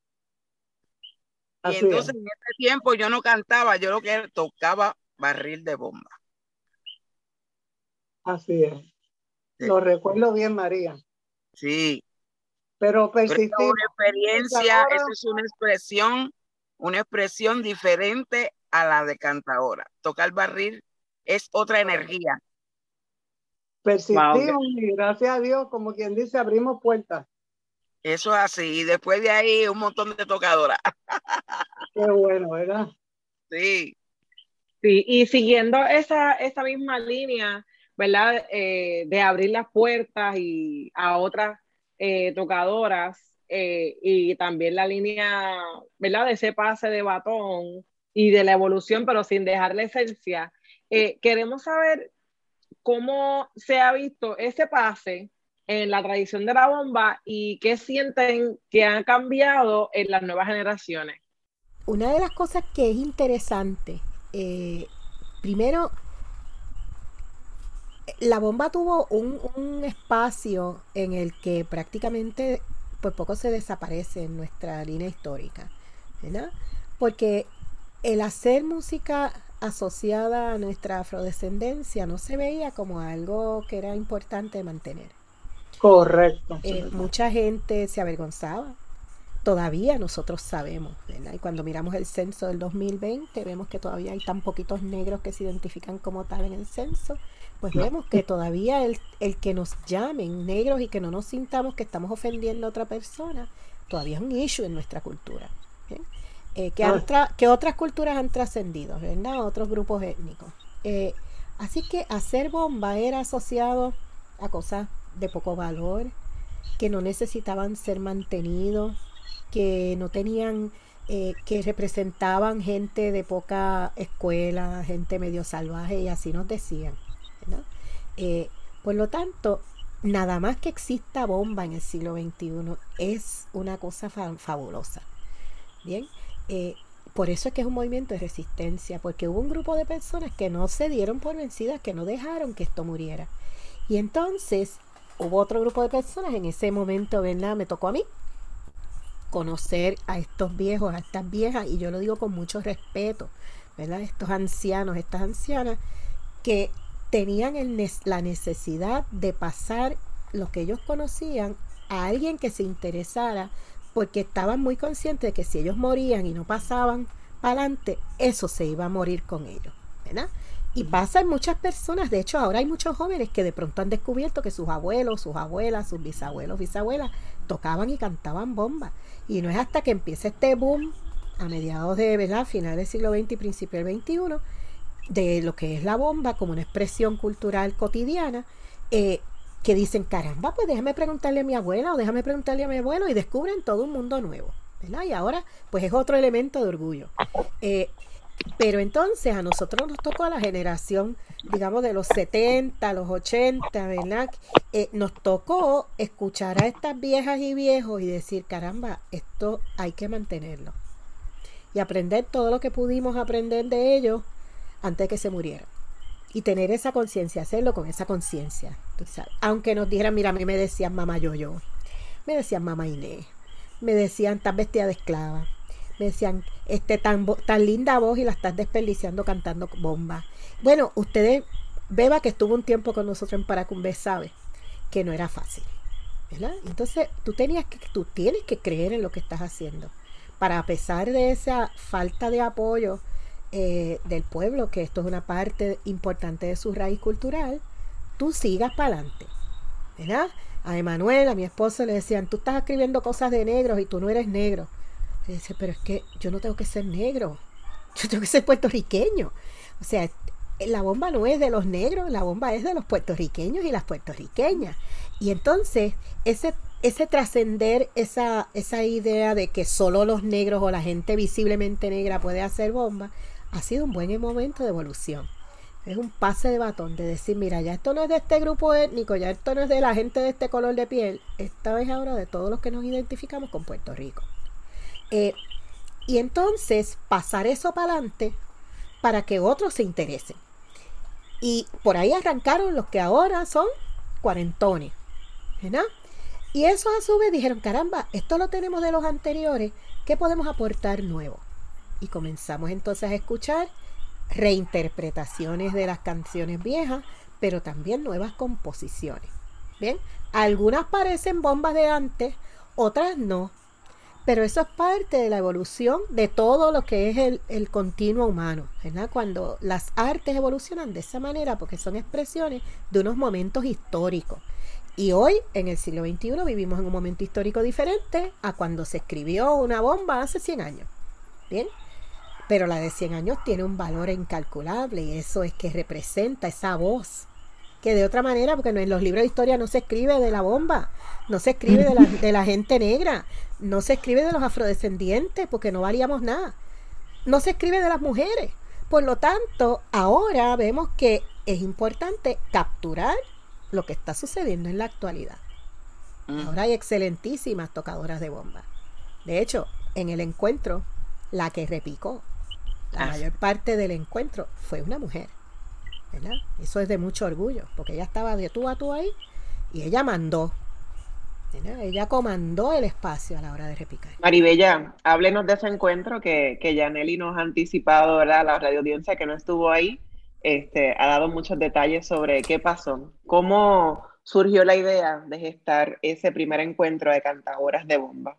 Y Así entonces es. en ese tiempo yo no cantaba, yo lo que tocaba barril de bomba. Así es. Sí. Lo recuerdo bien, María. Sí. Pero Pero es persistimos. una experiencia, eso es una expresión, una expresión diferente a la de cantadora. Tocar barril es otra energía. Persistimos wow. Y gracias a Dios, como quien dice, abrimos puertas. Eso es así. Y después de ahí un montón de tocadoras. Qué bueno, ¿verdad? Sí. Sí, y siguiendo esa, esa misma línea, ¿verdad? Eh, de abrir las puertas y a otras eh, tocadoras eh, y también la línea, ¿verdad? De ese pase de batón y de la evolución, pero sin dejar la esencia. Eh, queremos saber cómo se ha visto ese pase en la tradición de la bomba y qué sienten que han cambiado en las nuevas generaciones. Una de las cosas que es interesante, eh, primero, la bomba tuvo un, un espacio en el que prácticamente por poco se desaparece en nuestra línea histórica, ¿verdad? Porque el hacer música asociada a nuestra afrodescendencia no se veía como algo que era importante mantener. Correcto. Eh, mucha gente se avergonzaba. Todavía nosotros sabemos, ¿verdad? Y cuando miramos el censo del dos mil veinte, vemos que todavía hay tan poquitos negros que se identifican como tal en el censo, pues vemos que todavía el, el que nos llamen negros y que no nos sintamos que estamos ofendiendo a otra persona, todavía es un issue en nuestra cultura. ¿Bien? Eh, que, han tra- que otras culturas han trascendido, ¿verdad? Otros grupos étnicos. Eh, así que hacer bomba era asociado a cosas de poco valor, que no necesitaban ser mantenidos, que no tenían, eh, que representaban gente de poca escuela, gente medio salvaje, y así nos decían, ¿no? Eh, por lo tanto, nada más que exista bomba en el siglo veintiuno es una cosa fa- fabulosa. Bien, eh, por eso es que es un movimiento de resistencia, porque hubo un grupo de personas que no se dieron por vencidas, que no dejaron que esto muriera. Y entonces hubo otro grupo de personas en ese momento, ¿verdad? Me tocó a mí conocer a estos viejos, a estas viejas, y yo lo digo con mucho respeto, ¿verdad? Estos ancianos, estas ancianas que tenían el ne- la necesidad de pasar lo que ellos conocían a alguien que se interesara, porque estaban muy conscientes de que si ellos morían y no pasaban para adelante, eso se iba a morir con ellos, ¿verdad? Y pasa en muchas personas. De hecho, ahora hay muchos jóvenes que de pronto han descubierto que sus abuelos, sus abuelas, sus bisabuelos, bisabuelas tocaban y cantaban bomba. Y no es hasta que empieza este boom a mediados de, ¿verdad?, final del siglo veinte y principio del veintiuno, de lo que es la bomba como una expresión cultural cotidiana, eh, que dicen, caramba, pues déjame preguntarle a mi abuela o déjame preguntarle a mi abuelo, y descubren todo un mundo nuevo, ¿verdad? Y ahora pues es otro elemento de orgullo. Eh, pero entonces a nosotros nos tocó a la generación, digamos, de los setenta, los ochenta, ¿verdad? Eh, nos tocó escuchar a estas viejas y viejos y decir, caramba, esto hay que mantenerlo. Y aprender todo lo que pudimos aprender de ellos antes de que se murieran. Y tener esa conciencia, hacerlo con esa conciencia. Aunque nos dijeran, mira, a mí me decían mamá yo-yo, me decían mamá Inés, me decían, estás vestida de esclava, me decían, este tan, tan linda voz y la estás desperdiciando cantando bomba. Bueno, ustedes, Beba, que estuvo un tiempo con nosotros en Paracumbé, sabe que no era fácil. ¿verdad? Entonces tú, tenías que, tú tienes que creer en lo que estás haciendo, para a pesar de esa falta de apoyo eh, del pueblo, que esto es una parte importante de su raíz cultural, tú sigas para adelante, ¿verdad? A Emanuel, a mi esposo, le decían, tú estás escribiendo cosas de negros y tú no eres negro. Y dice, pero es que yo no tengo que ser negro, yo tengo que ser puertorriqueño. O sea, la bomba no es de los negros, la bomba es de los puertorriqueños y las puertorriqueñas. Y entonces, ese, ese trascender esa, esa idea de que solo los negros o la gente visiblemente negra puede hacer bomba, ha sido un buen momento de evolución. Es un pase de batón de decir, mira, ya esto no es de este grupo étnico, ya esto no es de la gente de este color de piel, esta es ahora de todos los que nos identificamos con Puerto Rico. Eh, y entonces pasar eso para adelante para que otros se interesen. Y por ahí arrancaron los que ahora son cuarentones, ¿verdad? Y esos a su vez dijeron, caramba, esto lo tenemos de los anteriores, ¿qué podemos aportar nuevo? Y comenzamos entonces a escuchar reinterpretaciones de las canciones viejas, pero también nuevas composiciones. ¿Bien? Algunas parecen bombas de antes, otras no. Pero eso es parte de la evolución de todo lo que es el, el continuo humano, ¿verdad? Cuando las artes evolucionan de esa manera, porque son expresiones de unos momentos históricos. Y hoy, en el siglo veintiuno, vivimos en un momento histórico diferente a cuando se escribió una bomba hace cien años. ¿Bien? Pero la de cien años tiene un valor incalculable, y eso es que representa esa voz, que de otra manera, porque en los libros de historia no se escribe de la bomba, no se escribe de la, de la gente negra, no se escribe de los afrodescendientes, porque no valíamos nada, no se escribe de las mujeres. Por lo tanto, ahora vemos que es importante capturar lo que está sucediendo en la actualidad. Ahora hay excelentísimas tocadoras de bomba. De hecho, en el encuentro, la que repicó la mayor parte del encuentro fue una mujer, ¿verdad? Eso es de mucho orgullo, porque ella estaba de tú a tú ahí y ella mandó, ¿verdad? Ella comandó el espacio a la hora de repicar. Maribella, háblenos de ese encuentro que, que Yaneli nos ha anticipado, ¿verdad? La radio audiencia que no estuvo ahí, este, ha dado muchos detalles sobre qué pasó. ¿Cómo surgió la idea de gestar ese primer encuentro de cantadoras de bomba?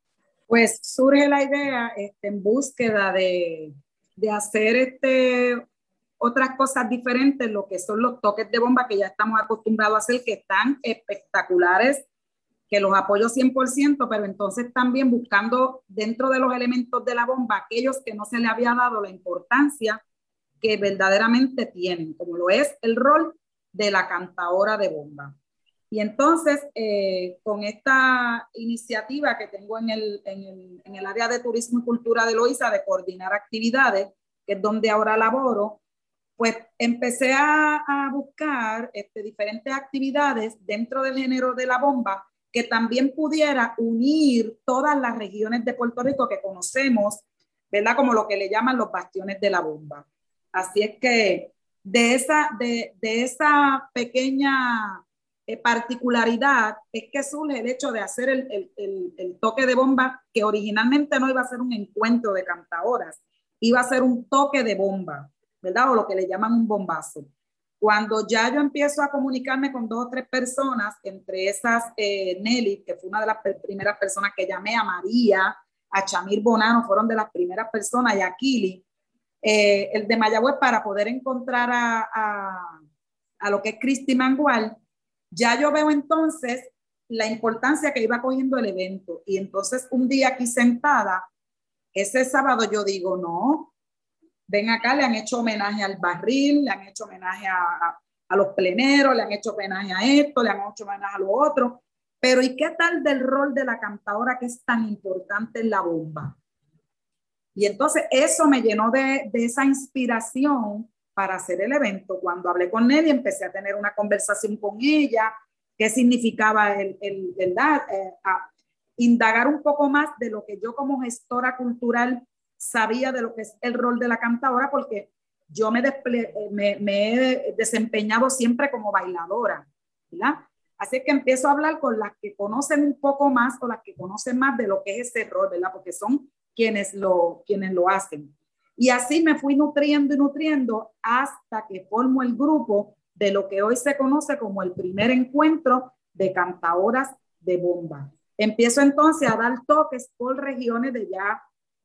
Pues surge la idea este, en búsqueda de, de hacer este, otras cosas diferentes, lo que son los toques de bomba que ya estamos acostumbrados a hacer, que están espectaculares, que los apoyo cien por ciento, pero entonces también buscando dentro de los elementos de la bomba aquellos que no se le había dado la importancia que verdaderamente tienen, como lo es el rol de la cantadora de bomba. Y entonces, eh, con esta iniciativa que tengo en el, en, el, en el área de turismo y cultura de Loíza, de coordinar actividades, que es donde ahora laboro, pues empecé a, a buscar este, diferentes actividades dentro del género de la bomba que también pudiera unir todas las regiones de Puerto Rico que conocemos, ¿verdad? Como lo que le llaman los bastiones de la bomba. Así es que de esa, de, de esa pequeña eh, particularidad es que surge el hecho de hacer el, el, el, el toque de bomba, que originalmente no iba a ser un encuentro de cantadoras, iba a ser un toque de bomba, ¿verdad? O lo que le llaman un bombazo. Cuando ya yo empiezo a comunicarme con dos o tres personas, entre esas eh, Nelly, que fue una de las primeras personas que llamé, a María, a Chamir Bonano, fueron de las primeras personas, y a Kili, eh, el de Mayagüez, para poder encontrar a, a, a lo que es Cristi Mangual, ya yo veo entonces la importancia que iba cogiendo el evento. Y entonces un día aquí sentada, ese sábado yo digo, no, ven acá, le han hecho homenaje al barril, le han hecho homenaje a, a, a los pleneros, le han hecho homenaje a esto, le han hecho homenaje a lo otro, pero ¿y qué tal del rol de la cantadora que es tan importante en la bomba? Y entonces eso me llenó de, de esa inspiración para hacer el evento. Cuando hablé con Nelly, empecé a tener una conversación con ella, qué significaba el, el, el, el eh, a indagar un poco más de lo que yo como gestora cultural sabía de lo que es el rol de la cantadora, porque yo me, me, me he desempeñado siempre como bailadora, ¿verdad? Así que empiezo a hablar con las que conocen un poco más o las que conocen más de lo que es ese rol, ¿verdad? Porque son quienes lo, quienes lo hacen. Y así me fui nutriendo y nutriendo hasta que formo el grupo de lo que hoy se conoce como el primer encuentro de cantadoras de bomba. Empiezo entonces a dar toques por regiones de ya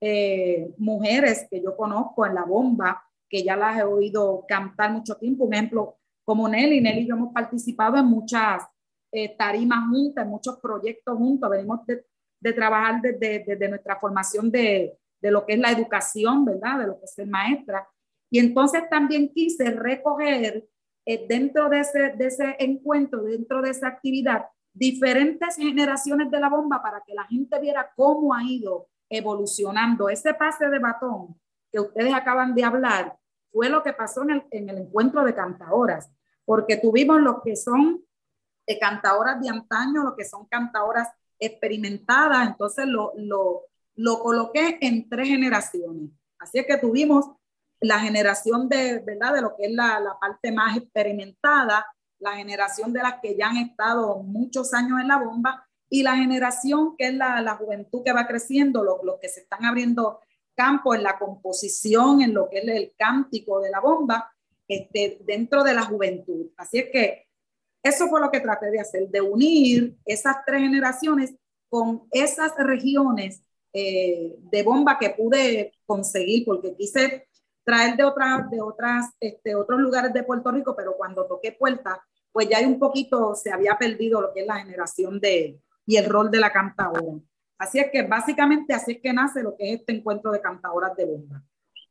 eh, mujeres que yo conozco en la bomba, que ya las he oído cantar mucho tiempo. Un ejemplo, como Nelly, Nelly y yo hemos participado en muchas eh, tarimas juntas, en muchos proyectos juntos. Venimos de, de trabajar desde, desde nuestra formación de, de lo que es la educación, ¿verdad? De lo que es ser maestra. Y entonces también quise recoger eh, dentro de ese, de ese encuentro, dentro de esa actividad, diferentes generaciones de la bomba para que la gente viera cómo ha ido evolucionando. Ese pase de batón que ustedes acaban de hablar fue lo que pasó en el, en el encuentro de cantadoras, porque tuvimos los que son eh, cantadoras de antaño, los que son cantadoras experimentadas, entonces lo, lo, lo coloqué en tres generaciones. Así es que tuvimos la generación de, ¿verdad? De lo que es la, la parte más experimentada, la generación de las que ya han estado muchos años en la bomba y la generación que es la, la juventud que va creciendo, los, los que se están abriendo campo en la composición, en lo que es el cántico de la bomba, este, dentro de la juventud. Así es que eso fue lo que traté de hacer, de unir esas tres generaciones con esas regiones eh, de bomba que pude conseguir, porque quise traer de otras, de otras, este, otros lugares de Puerto Rico, pero cuando toqué puertas, pues ya hay un poquito, se había perdido lo que es la generación de, y el rol de la cantadora. Así es que básicamente así es que nace lo que es este encuentro de cantadoras de bomba.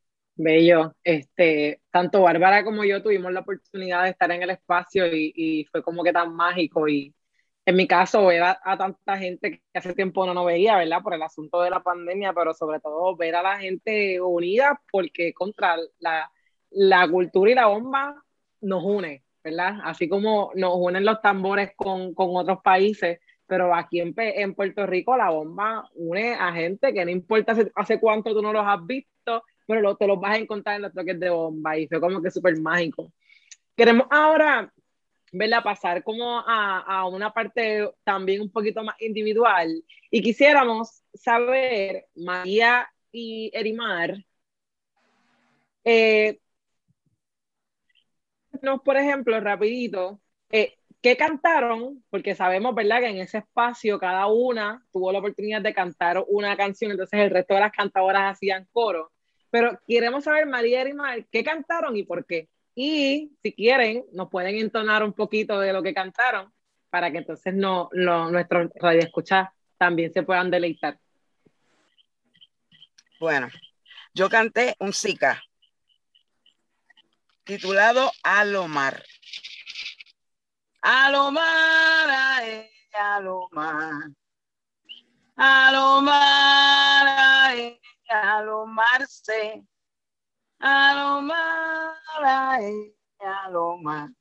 Bello, este, tanto Bárbara como yo tuvimos la oportunidad de estar en el espacio y, y fue como que tan mágico y en mi caso ver a, a tanta gente que hace tiempo no nos veía, ¿verdad? Por el asunto de la pandemia, pero sobre todo ver a la gente unida porque contra la, la cultura y la bomba nos une, ¿verdad? Así como nos unen los tambores con, con otros países, pero aquí en, en Puerto Rico la bomba une a gente que no importa hace, hace cuánto tú no los has visto, pero lo, te los vas a encontrar en los toques de bomba y fue como que súper mágico. Queremos ahora, ¿verdad? Pasar como a, a una parte también un poquito más individual y quisiéramos saber, María y Erimar, eh, no, por ejemplo, rapidito, eh, ¿qué cantaron? Porque sabemos, ¿verdad? Que en ese espacio cada una tuvo la oportunidad de cantar una canción, entonces el resto de las cantadoras hacían coro. Pero queremos saber, María y Erimar, ¿qué cantaron y por qué? Y si quieren, nos pueden entonar un poquito de lo que cantaron para que entonces no, no, nuestros radioescuchas también se puedan deleitar. Bueno, yo canté un Zika titulado Alomar. Alomar, ay, Alomar. Alomar, ay, alomarse. Alomar, ay, alomar.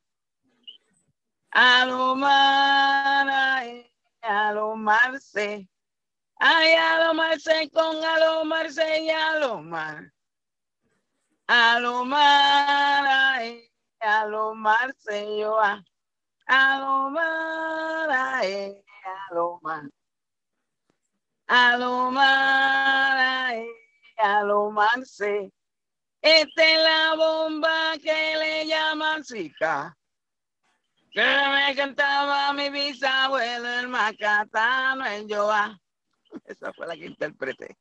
Alomar, ay, alomarse. Ay, alomarse con alomarse y alomar. Alomar, ay, alomarse yo a. Alomar, ay, alomar. Alomar, ay, alomarse. Esta es la bomba que le llaman Zika, que me cantaba mi bisabuelo, el macatano, el Joa. Esa fue la que interpreté.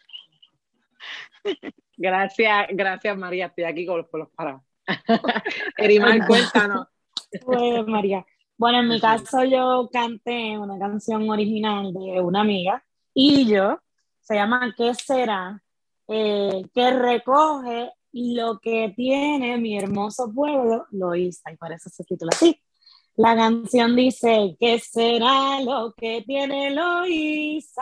Gracias, gracias María, estoy aquí con los pelos parados. Erimar, cuéntanos. Pues María, bueno, en mi caso yo canté una canción original de una amiga y yo, se llama ¿Qué será? Eh, que recoge lo que tiene mi hermoso pueblo, Loíza, y por eso se titula así. La canción dice, ¿qué será lo que tiene Loíza?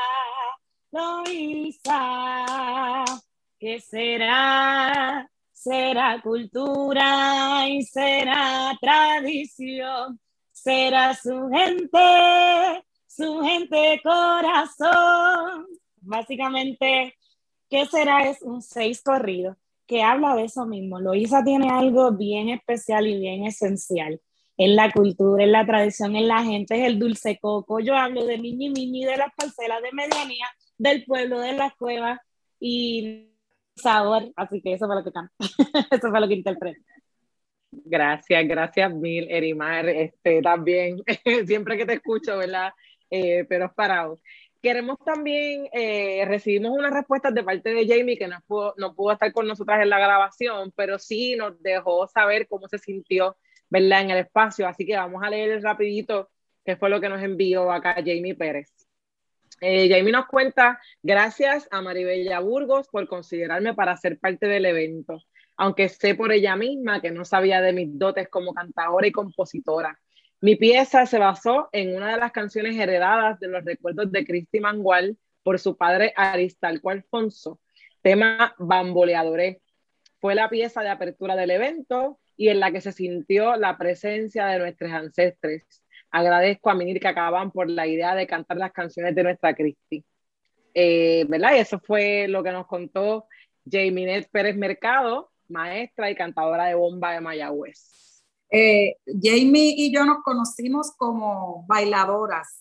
Loíza, ¿qué será? Será cultura y será tradición, será su gente, su gente corazón. Básicamente, ¿qué será? Es un seis corrido que habla de eso mismo. Loíza tiene algo bien especial y bien esencial en la cultura, en la tradición, en la gente, es el dulce coco. Yo hablo de Miñi Miñi, de las parcelas de medianía, del pueblo, de las cuevas y sabor, así que eso fue lo que canto, eso fue lo que interpreté. Gracias, gracias mil, Erimar. Este, también, siempre que te escucho, ¿verdad? Eh, pero parado. Queremos también, eh, recibimos unas respuestas de parte de Jamie, que no pudo, no pudo estar con nosotras en la grabación, pero sí nos dejó saber cómo se sintió, ¿verdad? En el espacio. Así que vamos a leer rapidito qué fue lo que nos envió acá Jamie Pérez. Eh, Jamie nos cuenta: gracias a Maribella Burgos por considerarme para ser parte del evento, aunque sé por ella misma que no sabía de mis dotes como cantadora y compositora. Mi pieza se basó en una de las canciones heredadas de los recuerdos de Cristi Mangual por su padre Aristarco Alfonso, tema Bamboleadoré. Fue la pieza de apertura del evento y en la que se sintió la presencia de nuestros ancestres. Agradezco a Minirka Cabán por la idea de cantar las canciones de nuestra Cristi. Eh, ¿verdad? Y eso fue lo que nos contó Jaminet Pérez Mercado, maestra y cantadora de bomba de Mayagüez. Eh, Jamie y yo nos conocimos como bailadoras.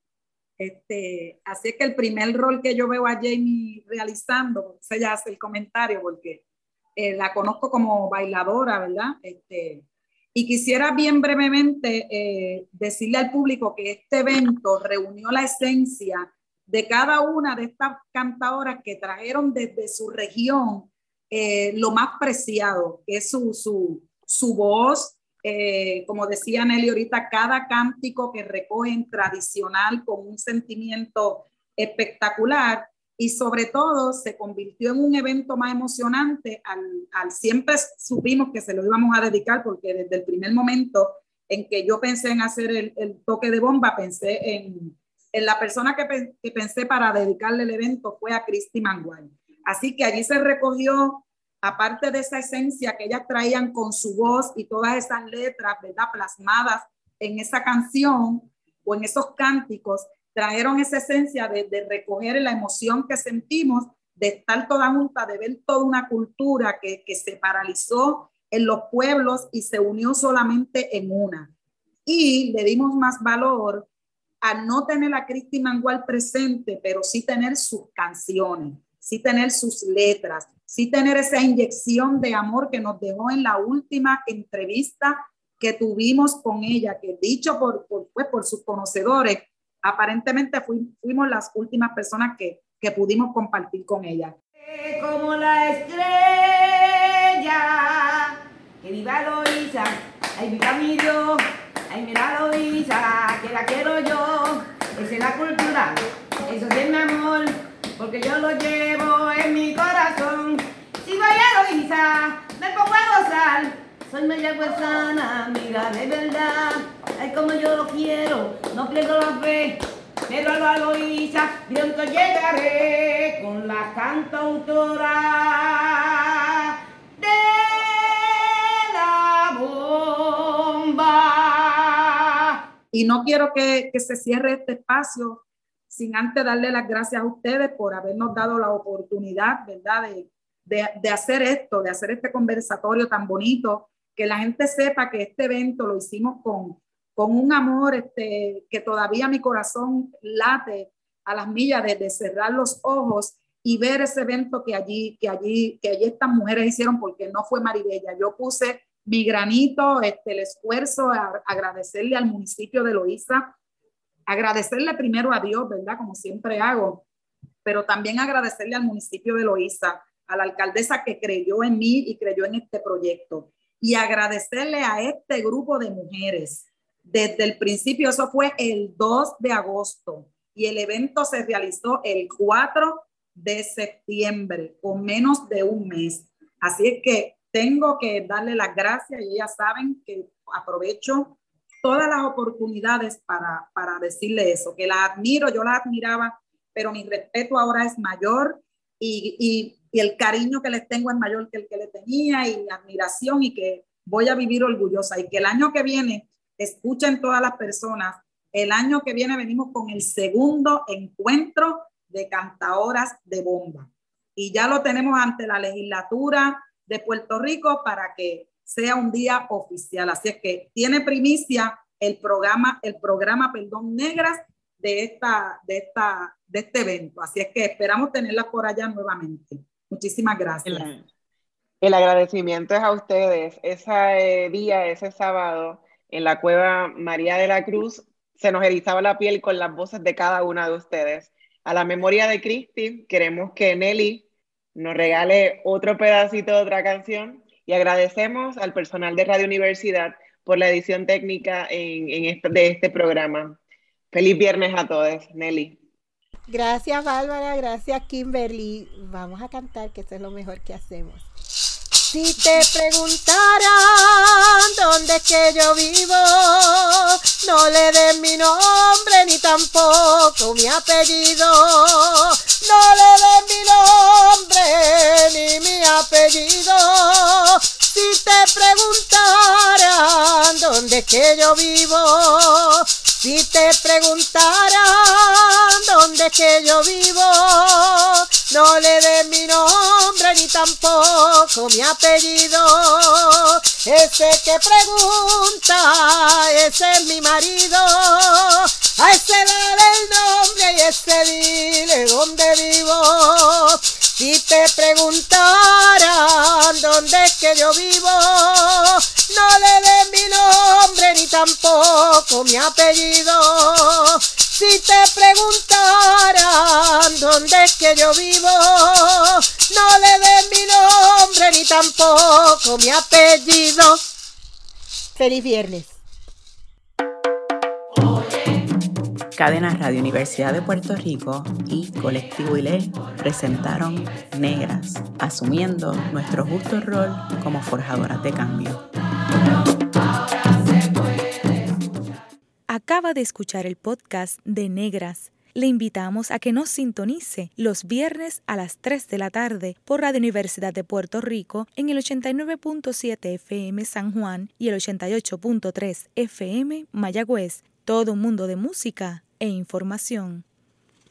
Este, así es que el primer rol que yo veo a Jamie realizando, ella hace el comentario porque eh, la conozco como bailadora, ¿verdad? Este, y quisiera bien brevemente eh, decirle al público que este evento reunió la esencia de cada una de estas cantadoras que trajeron desde su región eh, lo más preciado, que es su, su, su voz. Eh, como decía Nelly ahorita, cada cántico que recogen tradicional con un sentimiento espectacular, y sobre todo se convirtió en un evento más emocionante al, al siempre supimos que se lo íbamos a dedicar, porque desde el primer momento en que yo pensé en hacer el, el toque de bomba, pensé en, en la persona que, pe que pensé para dedicarle el evento fue a Cristi Mangual. Así que allí se recogió, aparte de esa esencia que ellas traían con su voz y todas esas letras, ¿verdad?, plasmadas en esa canción o en esos cánticos, trajeron esa esencia de, de recoger la emoción que sentimos, de estar toda junta, de ver toda una cultura que, que se paralizó en los pueblos y se unió solamente en una. Y le dimos más valor a no tener a Cristi Mangual presente, pero sí tener sus canciones, sí tener sus letras, sí tener esa inyección de amor que nos dejó en la última entrevista que tuvimos con ella, que dicho por, por, pues, por sus conocedores, aparentemente fui, fuimos las últimas personas que, que pudimos compartir con ella. Como la estrella, que viva Loíza, ay viva mi Dios, ay mira Loíza, que la quiero yo, esa es la cultura, eso sí es mi amor, porque yo lo llevo en mi corazón. Si voy a Loíza, me pongo a gozar, soy mayagüezana, mira de verdad, ay como yo lo quiero, no pierdo la fe, pero a la Loíza pronto llegaré con la cantautora de la bomba. Y no quiero que, que se cierre este espacio sin antes darle las gracias a ustedes por habernos dado la oportunidad, ¿verdad?, de, de, de hacer esto, de hacer este conversatorio tan bonito, que la gente sepa que este evento lo hicimos con, con un amor este, que todavía mi corazón late a las millas de, de cerrar los ojos y ver ese evento que allí, que allí, que allí estas mujeres hicieron, porque no fue Maribella. Yo puse mi granito, este, el esfuerzo, a, agradecerle al municipio de Loíza, agradecerle primero a Dios, ¿verdad?, como siempre hago, pero también agradecerle al municipio de Loíza, a la alcaldesa que creyó en mí y creyó en este proyecto, y agradecerle a este grupo de mujeres. Desde el principio, eso fue el dos de agosto, y el evento se realizó el cuatro de septiembre, con menos de un mes. Así es que tengo que darle las gracias, y ellas saben que aprovecho todas las oportunidades para, para decirle eso, que la admiro, yo la admiraba, pero mi respeto ahora es mayor, y, y, y el cariño que les tengo es mayor que el que le tenía, y la admiración, y que voy a vivir orgullosa, y que el año que viene, escuchen todas las personas, el año que viene venimos con el segundo encuentro de cantadoras de bomba, y ya lo tenemos ante la legislatura de Puerto Rico para que sea un día oficial. Así es que tiene primicia el programa, el programa, perdón, Negras de, esta, de, esta, de este evento. Así es que esperamos tenerla por allá nuevamente. Muchísimas gracias. El, El agradecimiento es a ustedes. Ese día, ese sábado, en la Cueva María de la Cruz, se nos erizaba la piel con las voces de cada una de ustedes. A la memoria de Cristi, queremos que Nelly nos regale otro pedacito de otra canción y agradecemos al personal de Radio Universidad por la edición técnica en, en este, de este programa. Feliz viernes a todos, Nelly. Gracias, Bárbara, gracias, Kimberly. Vamos a cantar, que eso es lo mejor que hacemos. Si te preguntaran dónde es que yo vivo, no le den mi nombre ni tampoco mi apellido. No le den mi nombre ni mi apellido. Si te preguntaran dónde es que yo vivo, si te preguntaran dónde es que yo vivo, no le den mi nombre ni tampoco mi apellido. Ese que pregunta, ese es mi marido. A ese dale el nombre y ese dile dónde vivo. Si te preguntaran dónde es que yo vivo, no le den mi nombre ni tampoco mi apellido. Si te preguntaran dónde es que yo vivo, no le den mi nombre ni tampoco mi apellido. Feliz viernes. Cadena Radio Universidad de Puerto Rico y Colectivo I L E presentaron Negras, asumiendo nuestro justo rol como forjadoras de cambio. Acaba de escuchar el podcast de Negras. Le invitamos a que nos sintonice los viernes a las tres de la tarde por Radio Universidad de Puerto Rico en el ochenta y nueve punto siete F M San Juan y el ochenta y ocho punto tres F M Mayagüez. Todo un mundo de música e información.